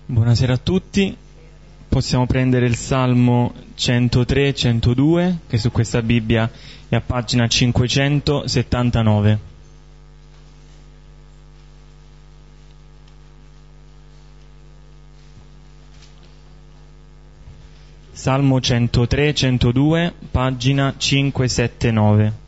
Buonasera a tutti. Possiamo prendere il Salmo 103-102, che su questa Bibbia è a pagina 579. Salmo 103-102, pagina 579.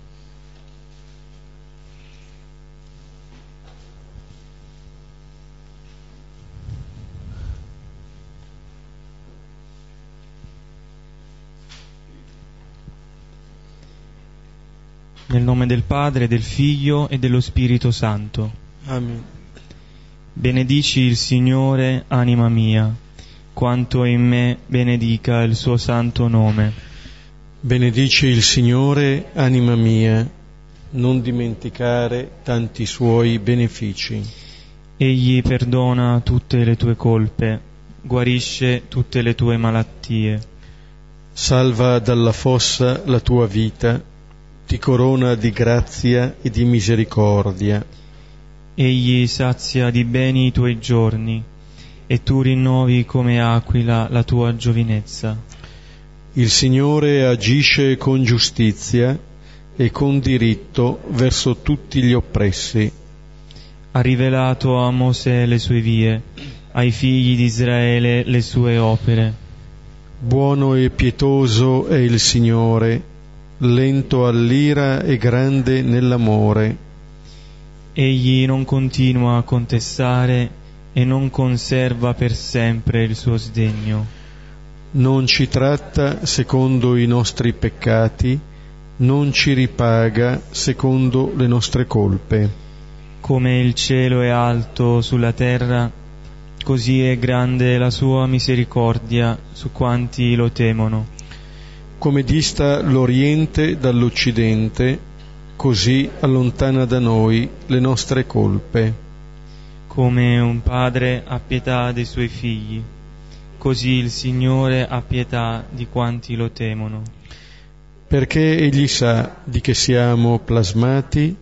Nel nome del Padre, del Figlio e dello Spirito Santo. Amen. Benedici il Signore, anima mia, quanto in me benedica il suo santo nome. Benedici il Signore, anima mia, non dimenticare tanti suoi benefici. Egli perdona tutte le tue colpe, guarisce tutte le tue malattie. Salva dalla fossa la tua vita, ti corona di grazia e di misericordia. Egli sazia di beni i tuoi giorni, e tu rinnovi come aquila la tua giovinezza. Il Signore agisce con giustizia e con diritto verso tutti gli oppressi. Ha rivelato a Mosè le sue vie, ai figli di Israele le sue opere. Buono e pietoso è il Signore, lento all'ira e grande nell'amore. Egli non continua a contestare e non conserva per sempre il suo sdegno. Non ci tratta secondo i nostri peccati, non ci ripaga secondo le nostre colpe. Come il cielo è alto sulla terra, così è grande la sua misericordia su quanti lo temono. Come dista l'Oriente dall'Occidente, così allontana da noi le nostre colpe. Come un padre ha pietà dei suoi figli, così il Signore ha pietà di quanti lo temono. Perché Egli sa di che siamo plasmati,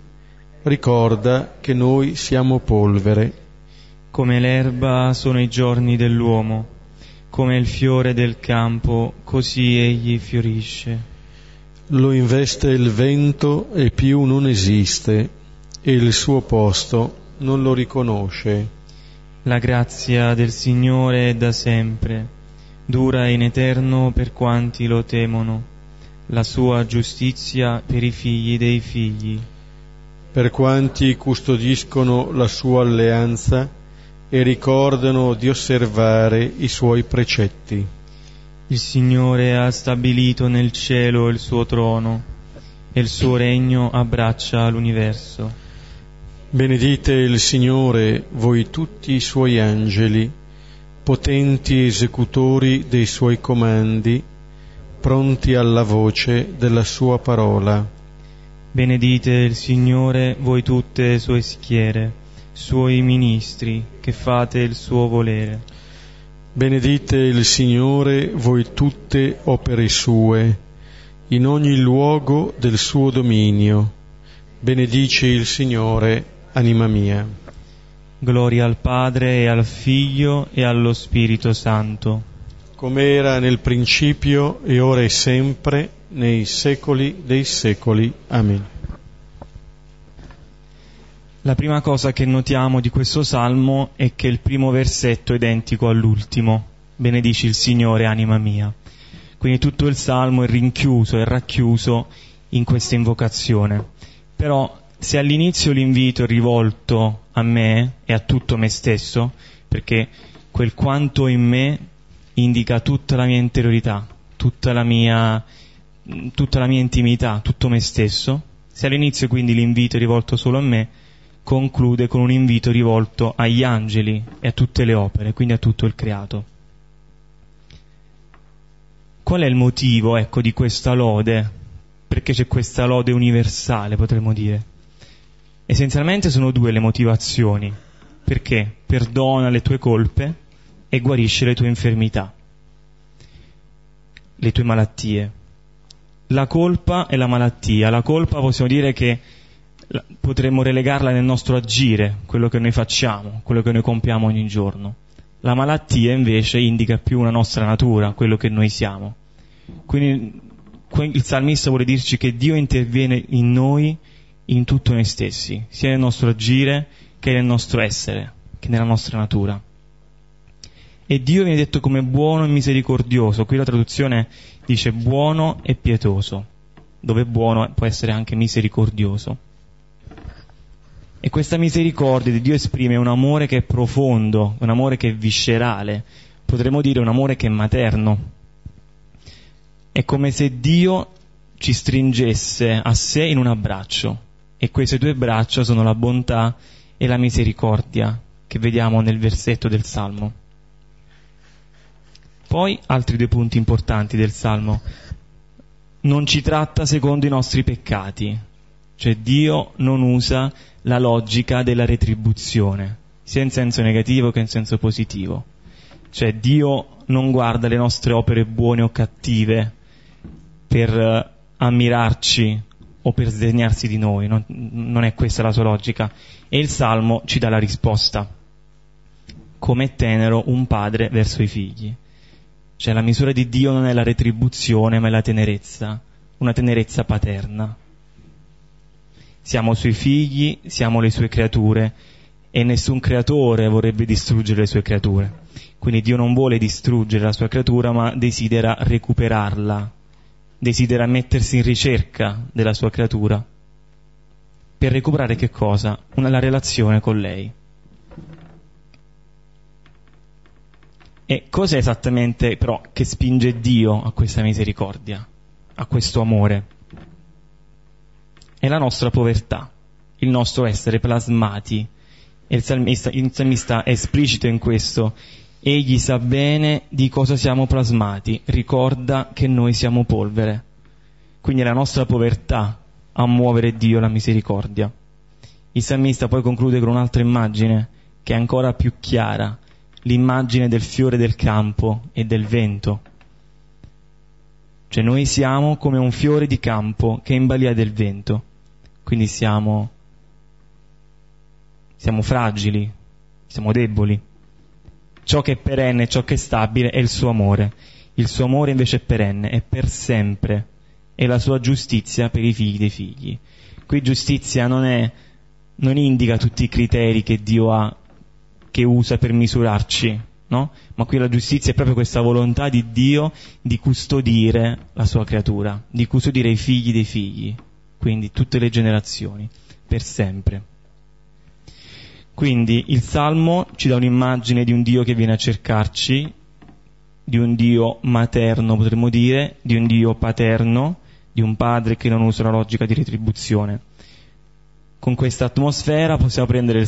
ricorda che noi siamo polvere. Come l'erba sono i giorni dell'uomo, come il fiore del campo, così egli fiorisce. Lo investe il vento e più non esiste, e il suo posto non lo riconosce. La grazia del Signore è da sempre, dura in eterno per quanti lo temono, la sua giustizia per i figli dei figli. Per quanti custodiscono la sua alleanza e ricordano di osservare i suoi precetti. Il Signore ha stabilito nel cielo il suo trono, e il suo regno abbraccia l'universo. Benedite il Signore, voi tutti i suoi angeli, potenti esecutori dei suoi comandi, pronti alla voce della sua parola. Benedite il Signore, voi tutte le sue schiere, suoi ministri, che fate il suo volere. Benedite il Signore, voi tutte opere sue, in ogni luogo del suo dominio. Benedici il Signore, anima mia. Gloria al Padre e al Figlio e allo Spirito Santo. Come era nel principio e ora e sempre, nei secoli dei secoli. Amen. La prima cosa che notiamo di questo salmo è che il primo versetto è identico all'ultimo. Benedici il Signore, anima mia. Quindi tutto il salmo è rinchiuso, è racchiuso in questa invocazione. Però se all'inizio l'invito è rivolto a me e a tutto me stesso, perché quel quanto in me indica tutta la mia interiorità, tutta la mia intimità, tutto me stesso, se all'inizio quindi l'invito è rivolto solo a me, conclude con un invito rivolto agli angeli e a tutte le opere, quindi a tutto il creato. Qual è il motivo, di questa lode? Perché c'è questa lode universale, potremmo dire? Essenzialmente sono due le motivazioni. Perché? Perdona le tue colpe e guarisce le tue infermità, le tue malattie. La colpa e la malattia. La colpa possiamo dire che potremmo relegarla nel nostro agire, quello che noi facciamo, quello che noi compiamo ogni giorno. La malattia invece indica più una nostra natura, quello che noi siamo. Quindi il salmista vuole dirci che Dio interviene in noi, in tutto noi stessi, sia nel nostro agire che nel nostro essere, che nella nostra natura. E Dio viene detto come buono e misericordioso. Qui la traduzione dice buono e pietoso, dove buono può essere anche misericordioso. E questa misericordia di Dio esprime un amore che è profondo, un amore che è viscerale, potremmo dire un amore che è materno. È come se Dio ci stringesse a sé in un abbraccio, e queste due braccia sono la bontà e la misericordia che vediamo nel versetto del Salmo. Poi altri due punti importanti del Salmo: non ci tratta secondo i nostri peccati, cioè Dio non usa la logica della retribuzione, sia in senso negativo che in senso positivo. Cioè Dio non guarda le nostre opere buone o cattive per ammirarci o per sdegnarsi di noi, non è questa la sua logica. E il Salmo ci dà la risposta: come è tenero un padre verso i figli. Cioè la misura di Dio non è la retribuzione, ma è la tenerezza, una tenerezza paterna. Siamo suoi figli, siamo le sue creature, e nessun creatore vorrebbe distruggere le sue creature. Quindi Dio non vuole distruggere la sua creatura, ma desidera recuperarla, desidera mettersi in ricerca della sua creatura. Per recuperare che cosa? La relazione con lei. E cos'è esattamente però che spinge Dio a questa misericordia, a questo amore? È la nostra povertà, il nostro essere plasmati. E il salmista è esplicito in questo: egli sa bene di cosa siamo plasmati, ricorda che noi siamo polvere. Quindi è la nostra povertà a muovere Dio la misericordia. Il salmista poi conclude con un'altra immagine che è ancora più chiara, l'immagine del fiore del campo e del vento. Cioè noi siamo come un fiore di campo che è in balia del vento, quindi siamo fragili, siamo deboli. Ciò che è perenne, ciò che è stabile è il suo amore. Il suo amore invece è perenne, è per sempre, è la sua giustizia per i figli dei figli. Qui giustizia non indica tutti i criteri che Dio ha, che usa per misurarci, no? Ma qui la giustizia è proprio questa volontà di Dio di custodire la sua creatura, di custodire i figli dei figli, quindi tutte le generazioni, per sempre. Quindi il Salmo ci dà un'immagine di un Dio che viene a cercarci, di un Dio materno, potremmo dire, di un Dio paterno, di un padre che non usa la logica di retribuzione. Con questa atmosfera possiamo prendere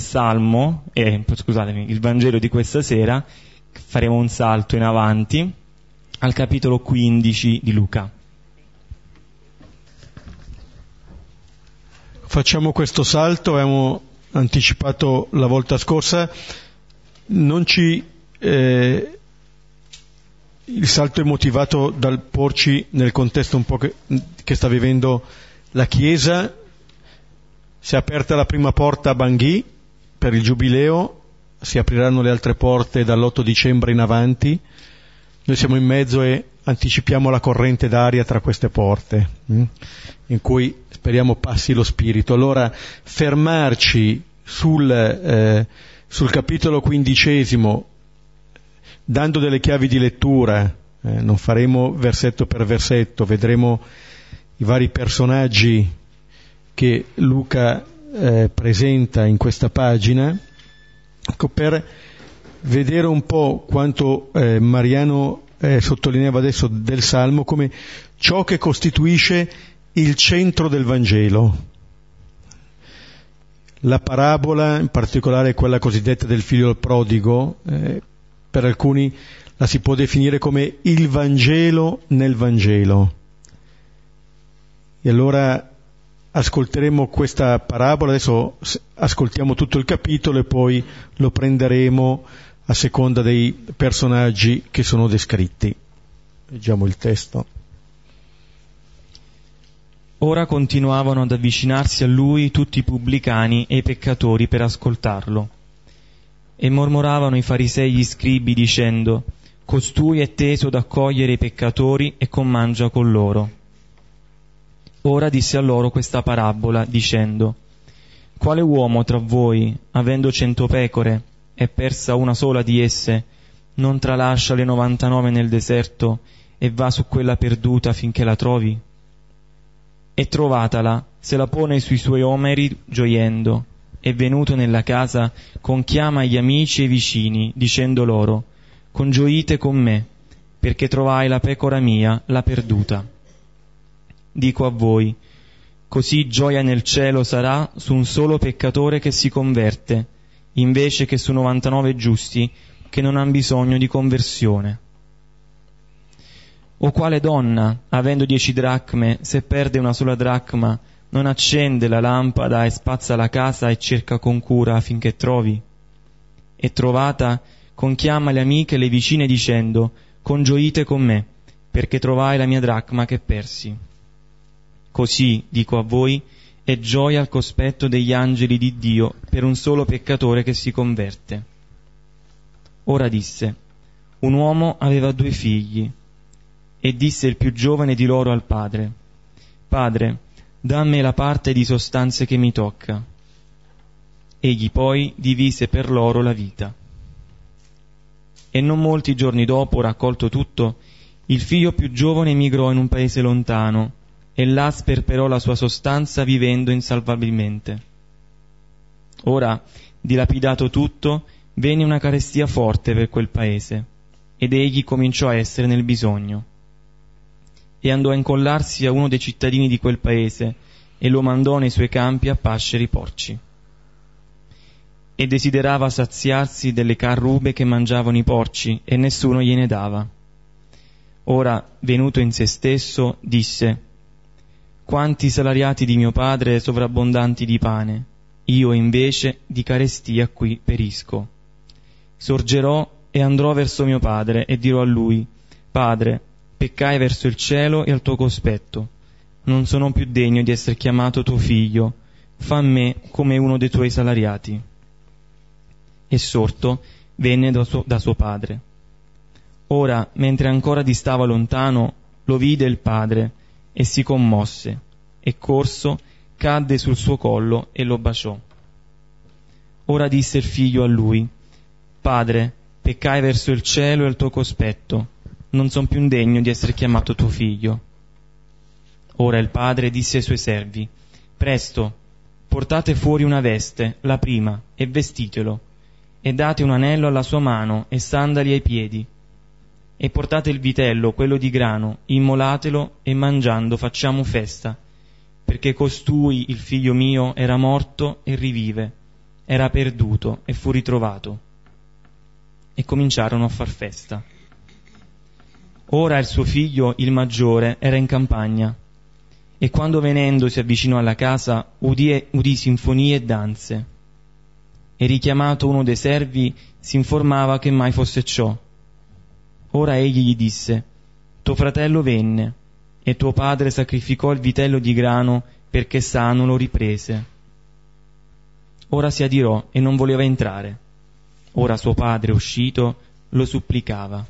il Vangelo di questa sera, faremo un salto in avanti al capitolo 15 di Luca. Facciamo questo salto, abbiamo anticipato la volta scorsa, il salto è motivato dal porci nel contesto un po' che sta vivendo la Chiesa. Si è aperta la prima porta a Bangui per il Giubileo, si apriranno le altre porte dall'8 dicembre in avanti. Noi siamo in mezzo e anticipiamo la corrente d'aria tra queste porte, in cui speriamo passi lo Spirito. Allora, fermarci sul capitolo 15, dando delle chiavi di lettura, non faremo versetto per versetto, vedremo i vari personaggi che Luca presenta in questa pagina, ecco, per vedere un po' quanto Mariano sottolineava adesso del Salmo come ciò che costituisce il centro del Vangelo. La parabola, in particolare quella cosiddetta del figlio prodigo, per alcuni la si può definire come il Vangelo nel Vangelo. E allora ascolteremo questa parabola, adesso ascoltiamo tutto il capitolo e poi lo prenderemo a seconda dei personaggi che sono descritti. Leggiamo il testo. Ora continuavano ad avvicinarsi a lui tutti i pubblicani e i peccatori per ascoltarlo. E mormoravano i farisei e gli scribi dicendo: costui è teso ad accogliere i peccatori e commangia con loro. Ora disse a loro questa parabola dicendo: quale uomo tra voi, avendo 100 pecore e persa una sola di esse, non tralascia le 99 nel deserto e va su quella perduta finché la trovi? E trovatala, se la pone sui suoi omeri gioiendo, e venuto nella casa conchiama gli amici e i vicini, dicendo loro: congioite con me, perché trovai la pecora mia, la perduta. Dico a voi, così gioia nel cielo sarà su un solo peccatore che si converte, invece che su 99 giusti che non han bisogno di conversione. O quale donna, avendo 10 dracme, se perde una sola dracma, non accende la lampada e spazza la casa e cerca con cura finché trovi? E trovata, conchiama le amiche e le vicine dicendo: congioite con me, perché trovai la mia dracma che persi. Così, dico a voi, è gioia al cospetto degli angeli di Dio per un solo peccatore che si converte. Ora disse: un uomo aveva 2 figli, e disse il più giovane di loro al padre: Padre, dammi la parte di sostanze che mi tocca. Egli poi divise per loro la vita. E non molti giorni dopo, raccolto tutto, il figlio più giovane emigrò in un paese lontano, e là sperperò la sua sostanza vivendo insalvabilmente. Ora, dilapidato tutto, venne una carestia forte per quel paese, ed egli cominciò a essere nel bisogno. E andò a incollarsi a uno dei cittadini di quel paese, e lo mandò nei suoi campi a pascere i porci. E desiderava saziarsi delle carrube che mangiavano i porci, e nessuno gliene dava. Ora, venuto in se stesso, disse: quanti salariati di mio padre sovrabbondanti di pane, io invece di carestia qui perisco. Sorgerò e andrò verso mio padre e dirò a lui: Padre, peccai verso il cielo e al tuo cospetto, non sono più degno di essere chiamato tuo figlio, fa a me come uno dei tuoi salariati. E sorto venne da suo padre. Ora, mentre ancora distava lontano, lo vide il padre e si commosse, e corso cadde sul suo collo e lo baciò. Ora disse il figlio a lui: Padre, peccai verso il cielo e al tuo cospetto, non son più degno di essere chiamato tuo figlio. Ora il padre disse ai suoi servi: Presto, portate fuori una veste, la prima, e vestitelo, e date un anello alla sua mano e sandali ai piedi. E portate il vitello, quello di grano, immolatelo, e mangiando facciamo festa, perché costui, il figlio mio, era morto e rivive, era perduto e fu ritrovato. E cominciarono a far festa. Ora il suo figlio, il maggiore, era in campagna, e quando venendo si avvicinò alla casa, udì sinfonie e danze. E richiamato uno dei servi, si informava che mai fosse ciò. Ora egli gli disse: tuo fratello venne, e tuo padre sacrificò il vitello di grano perché sano lo riprese. Ora si adirò e non voleva entrare. Ora suo padre, uscito, lo supplicava.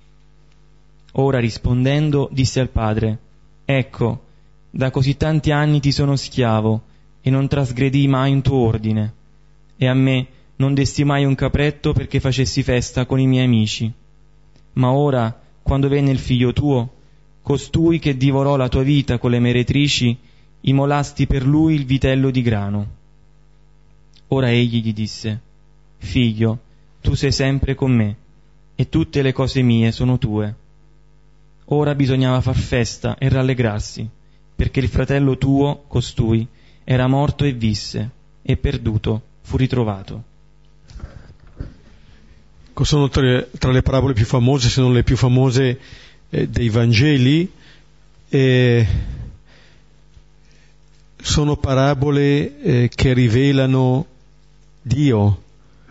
Ora rispondendo disse al padre: ecco, da così tanti anni ti sono schiavo e non trasgredii mai un tuo ordine, e a me non desti mai un capretto perché facessi festa con i miei amici. Ma ora, quando venne il figlio tuo, costui che divorò la tua vita con le meretrici, immolasti per lui il vitello di grano. Ora egli gli disse: figlio, tu sei sempre con me, e tutte le cose mie sono tue. Ora bisognava far festa e rallegrarsi, perché il fratello tuo, costui, era morto e visse, e perduto fu ritrovato. Sono tra le parabole più famose, se non le più famose dei Vangeli. Sono parabole che rivelano Dio.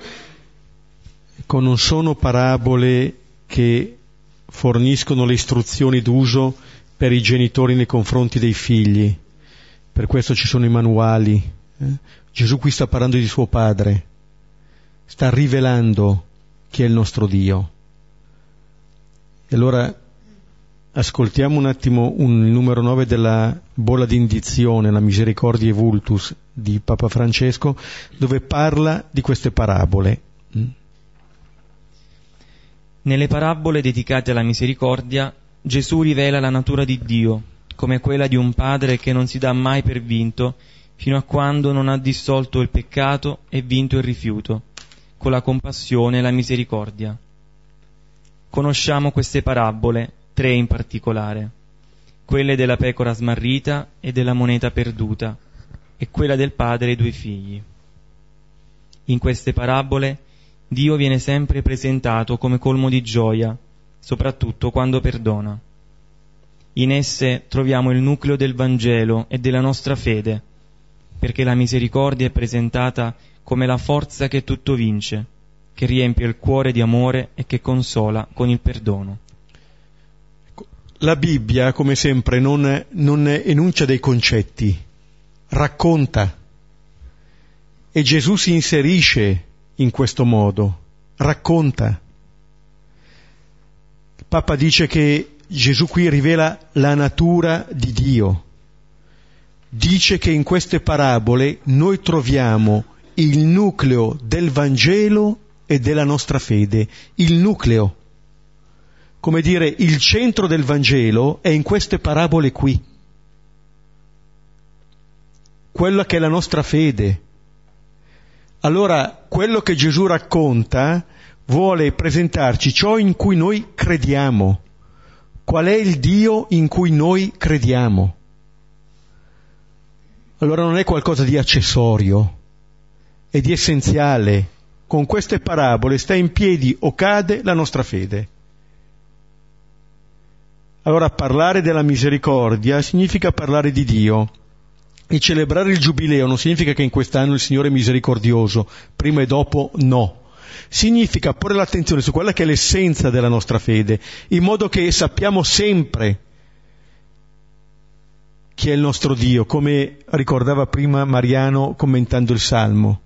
Non sono parabole che forniscono le istruzioni d'uso per i genitori nei confronti dei figli. Per questo ci sono i manuali. Gesù qui sta parlando di suo padre. sta rivelando chi è il nostro Dio. E allora ascoltiamo un attimo il numero 9 della bolla d'indizione, la Misericordiae Vultus di Papa Francesco, dove parla di queste parabole. Nelle parabole dedicate alla misericordia, Gesù rivela la natura di Dio, come quella di un padre che non si dà mai per vinto fino a quando non ha dissolto il peccato e vinto il rifiuto, con la compassione e la misericordia. Conosciamo queste parabole, 3 in particolare, quelle della pecora smarrita e della moneta perduta, e quella del padre e i 2 figli. In queste parabole Dio viene sempre presentato come colmo di gioia, soprattutto quando perdona. In esse troviamo il nucleo del Vangelo e della nostra fede, perché la misericordia è presentata come la forza che tutto vince, che riempie il cuore di amore e che consola con il perdono. La Bibbia, come sempre, non enuncia dei concetti, racconta. E Gesù si inserisce in questo modo, racconta. Il Papa dice che Gesù qui rivela la natura di Dio. Dice che in queste parabole noi troviamo il nucleo del Vangelo e della nostra fede, il nucleo. Come dire, il centro del Vangelo è in queste parabole qui. Quella che è la nostra fede. Allora, quello che Gesù racconta vuole presentarci ciò in cui noi crediamo. Qual è il Dio in cui noi crediamo? Allora non è qualcosa di accessorio, è di essenziale. Con queste parabole sta in piedi o cade la nostra fede. Allora parlare della misericordia significa parlare di Dio. E celebrare il Giubileo non significa che in quest'anno il Signore è misericordioso, prima e dopo no. Significa porre l'attenzione su quella che è l'essenza della nostra fede, in modo che sappiamo sempre chi è il nostro Dio, come ricordava prima Mariano commentando il Salmo.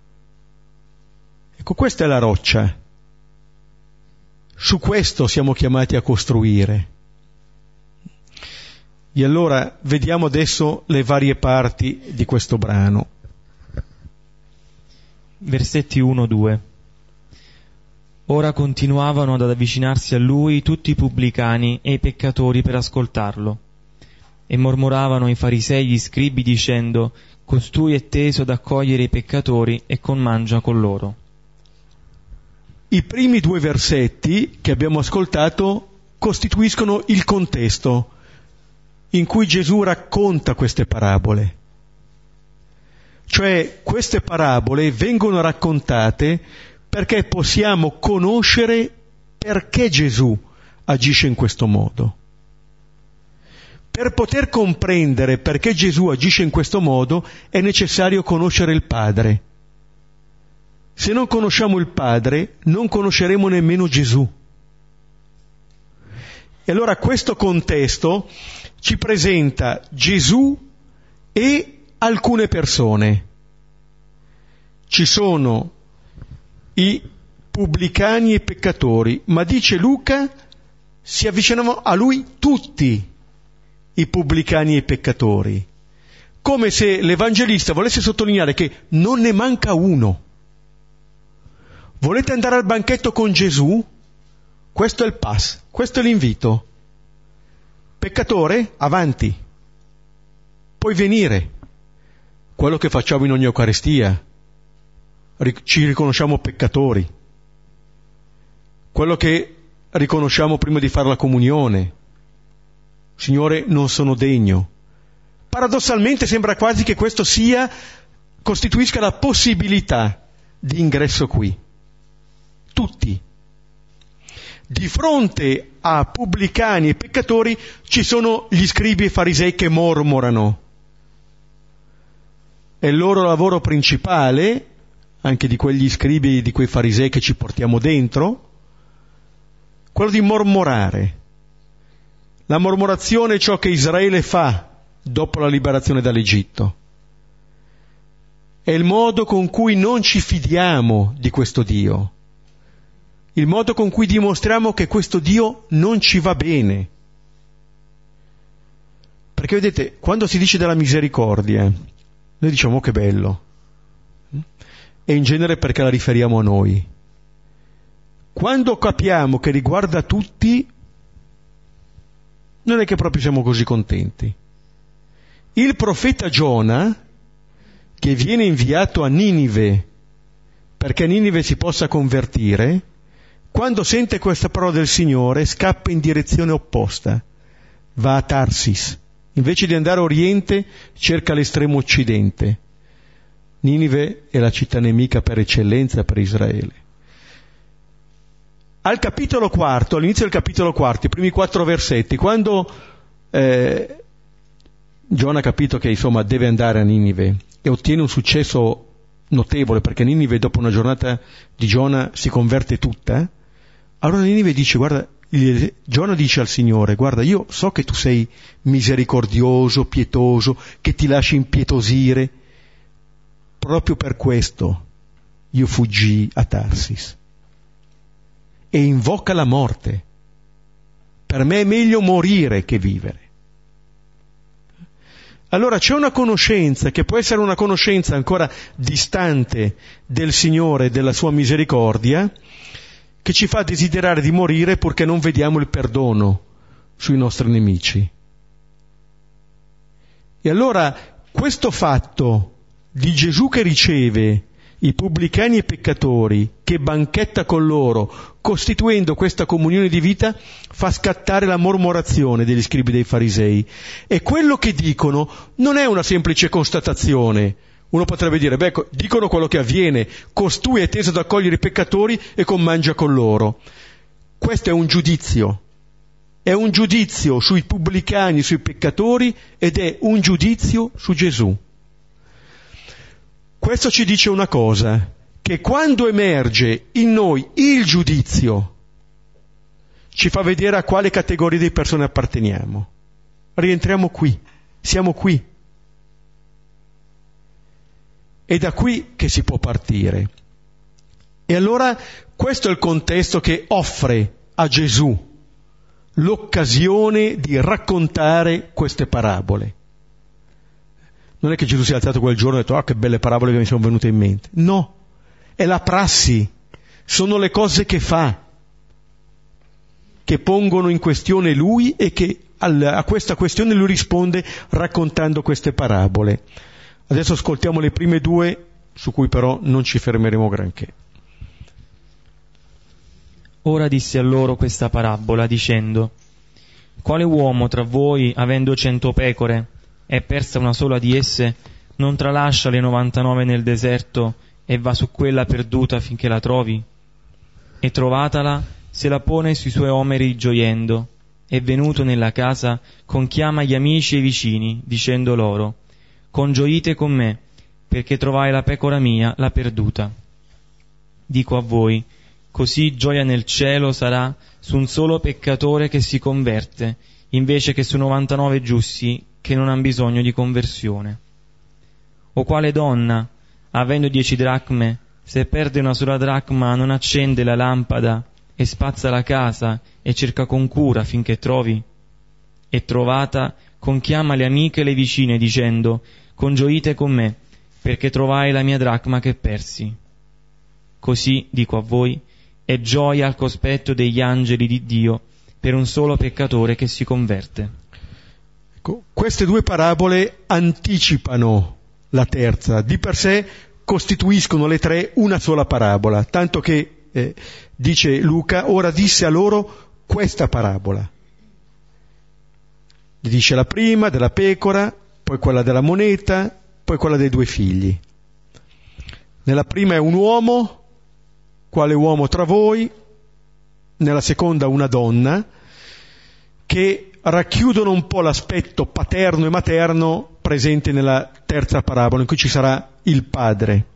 Ecco, questa è la roccia. Su questo siamo chiamati a costruire. E allora vediamo adesso le varie parti di questo brano. Versetti 1-2. Ora continuavano ad avvicinarsi a lui tutti i pubblicani e i peccatori per ascoltarlo. E mormoravano i farisei e gli scribi dicendo: costui è teso ad accogliere i peccatori e mangia con loro. I primi 2 versetti che abbiamo ascoltato costituiscono il contesto in cui Gesù racconta queste parabole. Cioè, queste parabole vengono raccontate perché possiamo conoscere perché Gesù agisce in questo modo. Per poter comprendere perché Gesù agisce in questo modo è necessario conoscere il Padre. Se non conosciamo il Padre, non conosceremo nemmeno Gesù. E allora questo contesto ci presenta Gesù e alcune persone. Ci sono i pubblicani e i peccatori, ma dice Luca, si avvicinano a lui tutti i pubblicani e i peccatori, come se l'Evangelista volesse sottolineare che non ne manca uno. Volete andare al banchetto con Gesù? Questo è il pass, questo è l'invito. Peccatore, avanti. Puoi venire. Quello che facciamo in ogni Eucaristia. Ci riconosciamo peccatori. Quello che riconosciamo prima di fare la comunione. Signore, non sono degno. Paradossalmente sembra quasi che questo costituisca la possibilità di ingresso qui. Tutti. Di fronte a pubblicani e peccatori ci sono gli scribi e farisei che mormorano. È il loro lavoro principale, anche di quegli scribi e di quei farisei che ci portiamo dentro, quello di mormorare. La mormorazione è ciò che Israele fa dopo la liberazione dall'Egitto. è il modo con cui non ci fidiamo di questo Dio, il modo con cui dimostriamo che questo Dio non ci va bene. Perché vedete, quando si dice della misericordia, noi diciamo che bello, e in genere perché la riferiamo a noi. Quando capiamo che riguarda tutti, non è che proprio siamo così contenti. Il profeta Giona, che viene inviato a Ninive perché Ninive si possa convertire, quando sente questa parola del Signore scappa in direzione opposta, va a Tarsis. Invece di andare a oriente, cerca l'estremo occidente. Ninive è la città nemica per eccellenza per Israele. Al capitolo 4, all'inizio del capitolo 4, i primi 4 versetti, quando Giona ha capito che insomma deve andare a Ninive e ottiene un successo notevole, perché Ninive dopo una giornata di Giona si converte tutta, allora Ninive dice, guarda, Giona dice al Signore, guarda, io so che tu sei misericordioso, pietoso, che ti lasci impietosire, proprio per questo io fuggii a Tarsis. E invoca la morte. Per me è meglio morire che vivere. Allora c'è una conoscenza che può essere una conoscenza ancora distante del Signore e della sua misericordia, che ci fa desiderare di morire purché non vediamo il perdono sui nostri nemici. E allora questo fatto di Gesù che riceve i pubblicani e i peccatori, che banchetta con loro, costituendo questa comunione di vita, fa scattare la mormorazione degli scribi e dei farisei. E quello che dicono non è una semplice constatazione. Uno potrebbe dire, dicono quello che avviene, costui è teso ad accogliere i peccatori e commangia con loro. Questo è un giudizio sui pubblicani, sui peccatori, ed è un giudizio su Gesù. Questo ci dice una cosa, che quando emerge in noi il giudizio, ci fa vedere a quale categoria di persone apparteniamo. Rientriamo qui, siamo qui. È da qui che si può partire. E allora questo è il contesto che offre a Gesù l'occasione di raccontare queste parabole. Non è che Gesù si è alzato quel giorno e ha detto, che belle parabole che mi sono venute in mente. No, è la prassi, sono le cose che fa, che pongono in questione lui e che a questa questione lui risponde raccontando queste parabole. Adesso ascoltiamo le prime 2, su cui però non ci fermeremo granché. Ora disse a loro questa parabola, dicendo: quale uomo tra voi, avendo 100 pecore, e persa una sola di esse, non tralascia le 99 nel deserto e va su quella perduta finché la trovi? E trovatala, se la pone sui suoi omeri gioiendo, e venuto nella casa conchiama gli amici e i vicini, dicendo loro: congioite con me, perché trovai la pecora mia, la perduta. Dico a voi, così gioia nel cielo sarà su un solo peccatore che si converte, invece che su 99 giusti che non han bisogno di conversione. O quale donna, avendo 10 dracme, se perde una sola dracma non accende la lampada e spazza la casa e cerca con cura finché trovi? E trovata, conchiama le amiche e le vicine dicendo: congioite con me, perché trovai la mia dracma che persi. Così, dico a voi, è gioia al cospetto degli angeli di Dio per un solo peccatore che si converte. Queste 2 parabole anticipano la terza, di per sé costituiscono le 3 una sola parabola, tanto che, dice Luca, ora disse a loro questa parabola. Gli dice la prima della pecora, poi quella della moneta, poi quella dei 2 figli. Nella prima è un uomo, quale uomo tra voi, nella seconda una donna, che racchiudono un po' l'aspetto paterno e materno presente nella terza parabola, in cui ci sarà il padre.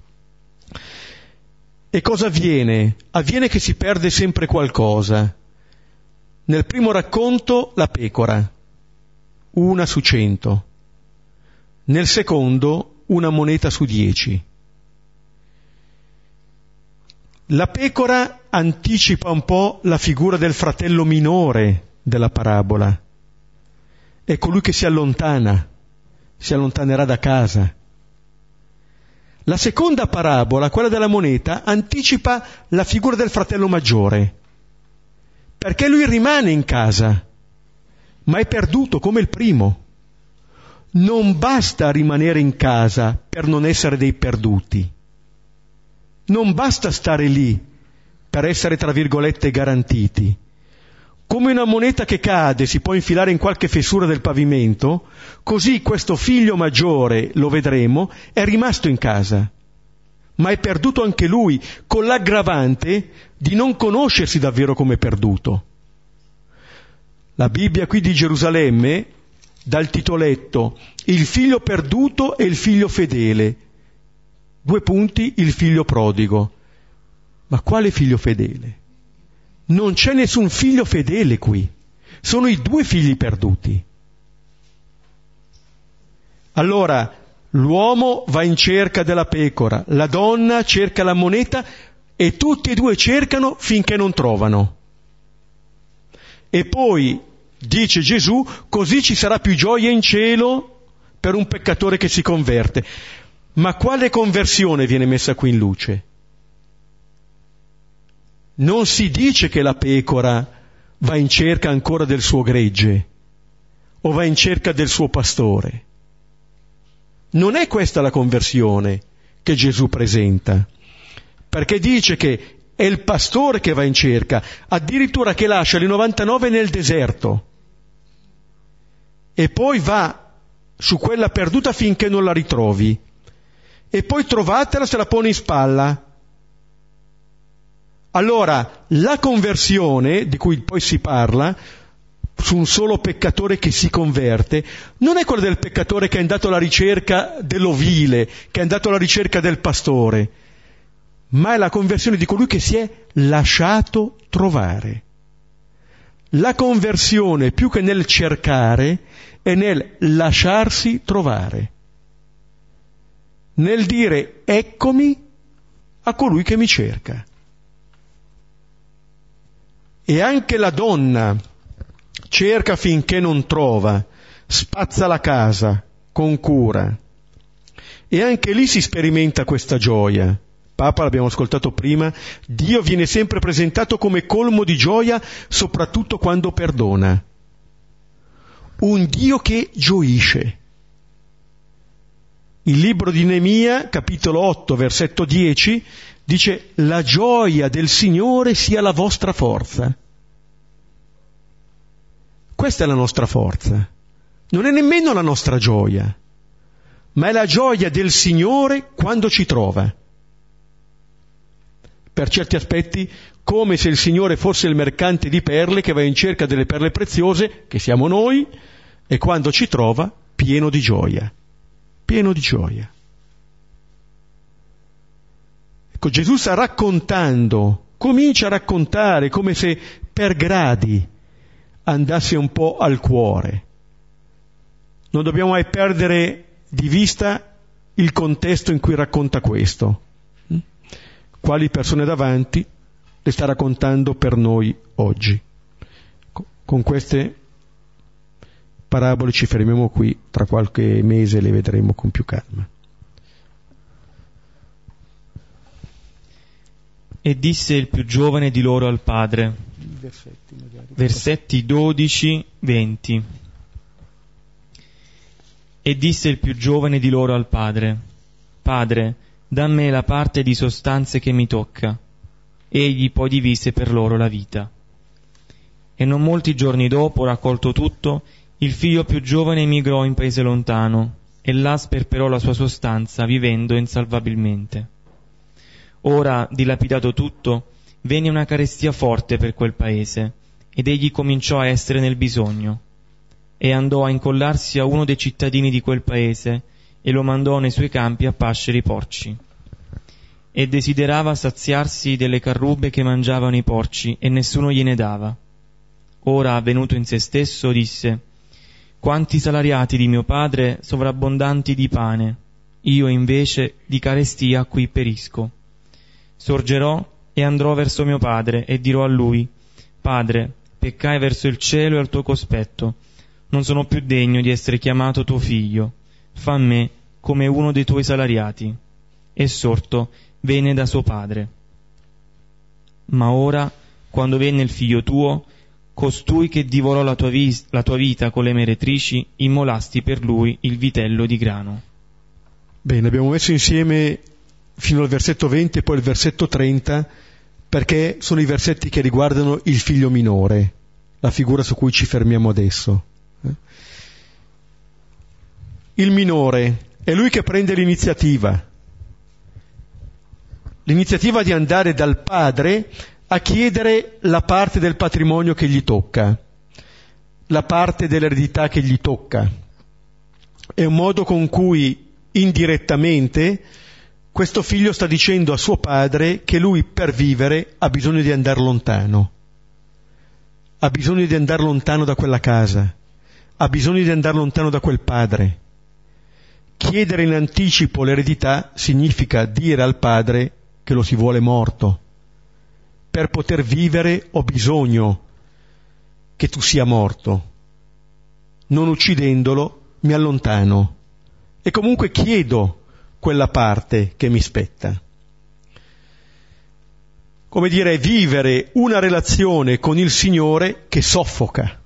E cosa avviene? Avviene che si perde sempre qualcosa. Nel primo racconto la pecora, 1 su 100. Nel secondo una moneta su 10. La pecora anticipa un po' la figura del fratello minore della parabola. È colui che si allontanerà da casa. La seconda parabola, quella della moneta, anticipa la figura del fratello maggiore, perché lui rimane in casa, ma è perduto come il primo. Non basta rimanere in casa per non essere dei perduti. Non basta stare lì per essere, tra virgolette, garantiti. Come una moneta che cade si può infilare in qualche fessura del pavimento, così questo figlio maggiore, lo vedremo, è rimasto in casa, ma è perduto anche lui, con l'aggravante di non conoscersi davvero come perduto. La Bibbia qui di Gerusalemme dà il titoletto Il figlio perduto e il figlio fedele. 2 punti, il figlio prodigo. Ma quale figlio fedele? Non c'è nessun figlio fedele qui. Sono i 2 figli perduti. Allora, l'uomo va in cerca della pecora, la donna cerca la moneta e tutti e 2 cercano finché non trovano. E poi, dice Gesù, così ci sarà più gioia in cielo per un peccatore che si converte. Ma quale conversione viene messa qui in luce? Non si dice che la pecora va in cerca ancora del suo gregge o va in cerca del suo pastore. Non è questa la conversione che Gesù presenta, perché dice che è il pastore che va in cerca, addirittura che lascia le 99 nel deserto e poi va su quella perduta finché non la ritrovi e poi trovatela se la pone in spalla. Allora, la conversione, di cui poi si parla, su un solo peccatore che si converte, non è quella del peccatore che è andato alla ricerca dell'ovile, che è andato alla ricerca del pastore, ma è la conversione di colui che si è lasciato trovare. La conversione, più che nel cercare, è nel lasciarsi trovare, nel dire eccomi a colui che mi cerca. E anche la donna cerca finché non trova, spazza la casa con cura. E anche lì si sperimenta questa gioia. Papa, l'abbiamo ascoltato prima, Dio viene sempre presentato come colmo di gioia, soprattutto quando perdona. Un Dio che gioisce. Il libro di Neemia, capitolo 8, versetto 10, dice: la gioia del Signore sia la vostra forza. Questa è la nostra forza. Non è nemmeno la nostra gioia, ma è la gioia del Signore quando ci trova. Per certi aspetti, come se il Signore fosse il mercante di perle che va in cerca delle perle preziose, che siamo noi, e quando ci trova, pieno di gioia. Pieno di gioia. Ecco, Gesù sta raccontando, comincia a raccontare come se per gradi andasse un po' al cuore. Non dobbiamo mai perdere di vista il contesto in cui racconta questo. Quali persone davanti le sta raccontando per noi oggi. Con queste parabole ci fermiamo qui, tra qualche mese le vedremo con più calma. E disse il più giovane di loro al padre, versetti 12-20. E disse il più giovane di loro al padre, Padre, da me la parte di sostanze che mi tocca. Egli poi divise per loro la vita. E non molti giorni dopo, raccolto tutto, il figlio più giovane emigrò in paese lontano, e là sperperò la sua sostanza, vivendo insalvabilmente. Ora, dilapidato tutto, venne una carestia forte per quel paese, ed egli cominciò a essere nel bisogno, e andò a incollarsi a uno dei cittadini di quel paese, e lo mandò nei suoi campi a pascere i porci. E desiderava saziarsi delle carrubbe che mangiavano i porci, e nessuno gliene dava. Ora, venuto in se stesso, disse: quanti salariati di mio padre sovrabbondanti di pane, io invece di carestia qui perisco. Sorgerò e andrò verso mio padre e dirò a lui: Padre, peccai verso il cielo e al tuo cospetto, non sono più degno di essere chiamato tuo figlio, fa a me come uno dei tuoi salariati. E sorto venne da suo padre. Ma ora, quando venne il figlio tuo, costui che divorò la tua vita con le meretrici, immolasti per lui il vitello di grano. Bene, abbiamo messo insieme fino al versetto 20 e poi il versetto 30, perché sono i versetti che riguardano il figlio minore, la figura su cui ci fermiamo adesso. Il minore è lui che prende l'iniziativa di andare dal padre a chiedere la parte del patrimonio che gli tocca, la parte dell'eredità che gli tocca. È un modo con cui indirettamente questo figlio sta dicendo a suo padre che lui per vivere ha bisogno di andare lontano, ha bisogno di andare lontano da quella casa, ha bisogno di andare lontano da quel padre. Chiedere in anticipo l'eredità significa dire al padre che lo si vuole morto. Per poter vivere ho bisogno che tu sia morto. Non uccidendolo mi allontano e comunque chiedo quella parte che mi spetta. Come dire, vivere una relazione con il Signore che soffoca.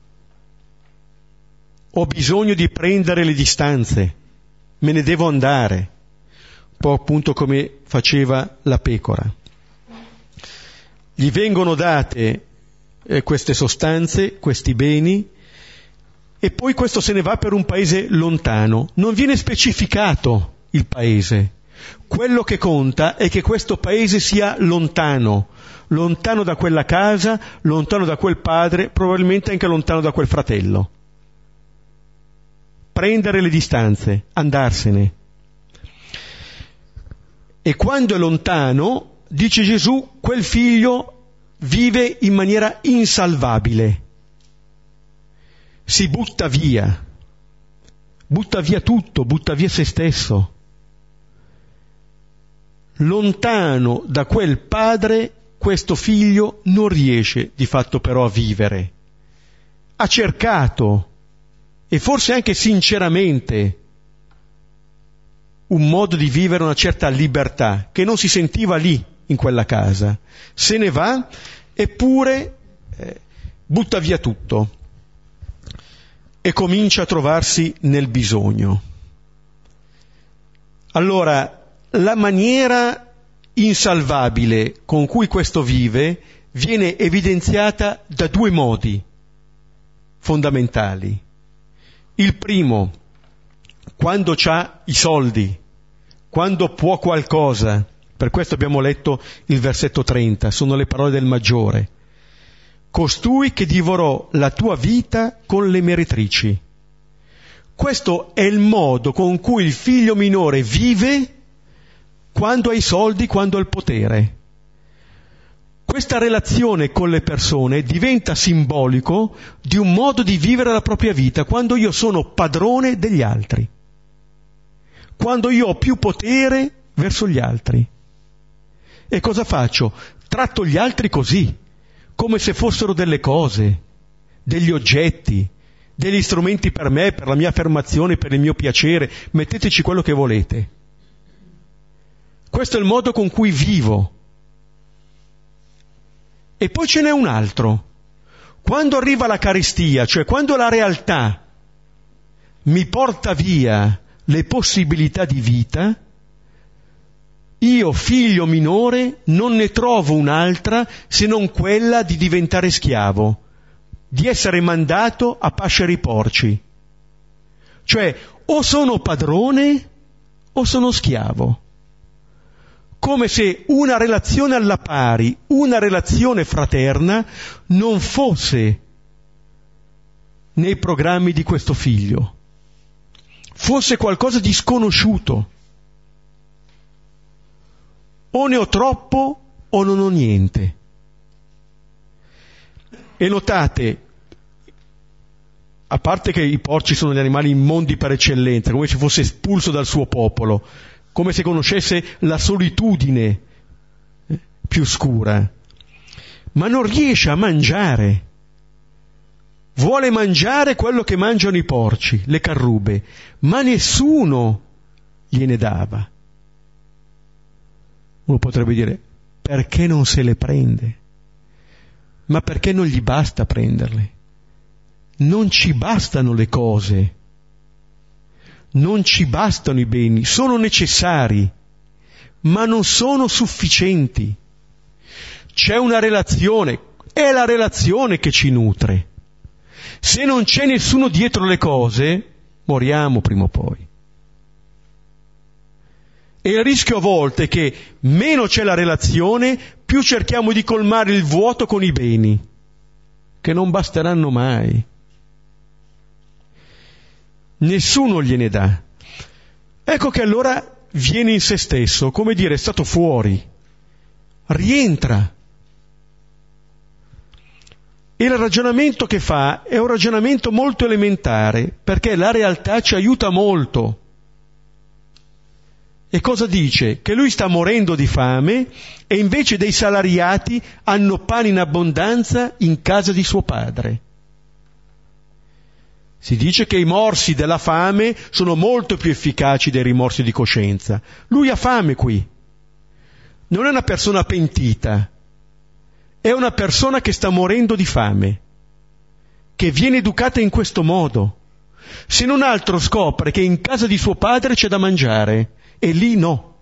Ho bisogno di prendere le distanze, me ne devo andare, un po' appunto come faceva la pecora. Gli vengono date queste sostanze, questi beni, e poi questo se ne va per un paese lontano. Non viene specificato il paese. Quello che conta è che questo paese sia lontano, lontano da quella casa, lontano da quel padre, probabilmente anche lontano da quel fratello. Prendere le distanze, andarsene. E quando è lontano, dice Gesù, quel figlio vive in maniera insalvabile. Si butta via tutto, butta via se stesso. Lontano da quel padre, questo figlio non riesce di fatto però a vivere. Ha cercato, e forse anche sinceramente, un modo di vivere una certa libertà che non si sentiva lì in quella casa. Se ne va, eppure butta via tutto e comincia a trovarsi nel bisogno. Allora, la maniera insalvabile con cui questo vive viene evidenziata da due modi fondamentali. Il primo, quando c'ha i soldi, quando può qualcosa. Per questo abbiamo letto il versetto 30, sono le parole del maggiore. Costui che divorò la tua vita con le meretrici. Questo è il modo con cui il figlio minore vive quando ha i soldi, quando ha il potere. Questa relazione con le persone diventa simbolico di un modo di vivere la propria vita quando io sono padrone degli altri, quando io ho più potere verso gli altri. E cosa faccio? Tratto gli altri così, come se fossero delle cose, degli oggetti, degli strumenti per me, per la mia affermazione, per il mio piacere. Metteteci quello che volete. Questo è il modo con cui vivo. E poi ce n'è un altro. Quando arriva la carestia, cioè quando la realtà mi porta via le possibilità di vita, io, figlio minore, non ne trovo un'altra se non quella di diventare schiavo, di essere mandato a pascere i porci. Cioè, o sono padrone o sono schiavo. Come se una relazione alla pari, una relazione fraterna, non fosse nei programmi di questo figlio. Fosse qualcosa di sconosciuto. O ne ho troppo o non ho niente. E notate, a parte che i porci sono gli animali immondi per eccellenza, come se fosse espulso dal suo popolo, come se conoscesse la solitudine più scura, ma non riesce a mangiare. Vuole mangiare quello che mangiano i porci, le carrube, ma nessuno gliene dava. Uno potrebbe dire, perché non se le prende? Ma perché non gli basta prenderle? Non ci bastano le cose, non ci bastano i beni, sono necessari, ma non sono sufficienti. C'è una relazione, è la relazione che ci nutre. Se non c'è nessuno dietro le cose, moriamo prima o poi. E il rischio a volte è che meno c'è la relazione, più cerchiamo di colmare il vuoto con i beni, che non basteranno mai. Nessuno gliene dà. Ecco che allora viene in se stesso, come dire, è stato fuori, rientra. E il ragionamento che fa è un ragionamento molto elementare, perché la realtà ci aiuta molto. E cosa dice? Che lui sta morendo di fame e invece dei salariati hanno pane in abbondanza in casa di suo padre. Si dice che i morsi della fame sono molto più efficaci dei rimorsi di coscienza. Lui ha fame qui. Non è una persona pentita, è una persona che sta morendo di fame, che viene educata in questo modo. Se non altro scopre che in casa di suo padre c'è da mangiare, e lì no.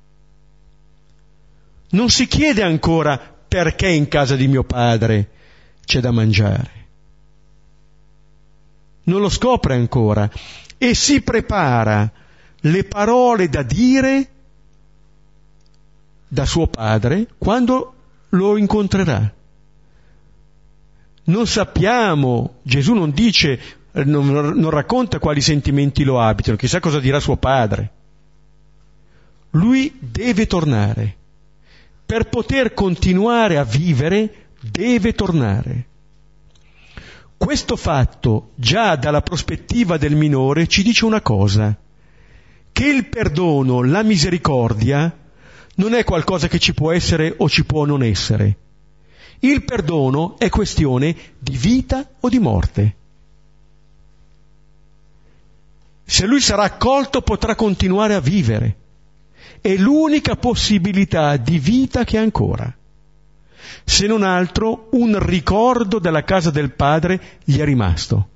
Non si chiede ancora perché in casa di mio padre c'è da mangiare. Non lo scopre ancora e si prepara le parole da dire da suo padre quando lo incontrerà. Non sappiamo, Gesù non dice, non racconta quali sentimenti lo abitano, chissà cosa dirà suo padre. Lui deve tornare. Per poter continuare a vivere, deve tornare. Questo fatto, già dalla prospettiva del minore, ci dice una cosa, che il perdono, la misericordia, non è qualcosa che ci può essere o ci può non essere. Il perdono è questione di vita o di morte. Se lui sarà accolto potrà continuare a vivere. È l'unica possibilità di vita che ha ancora. Se non altro, un ricordo della casa del padre gli è rimasto.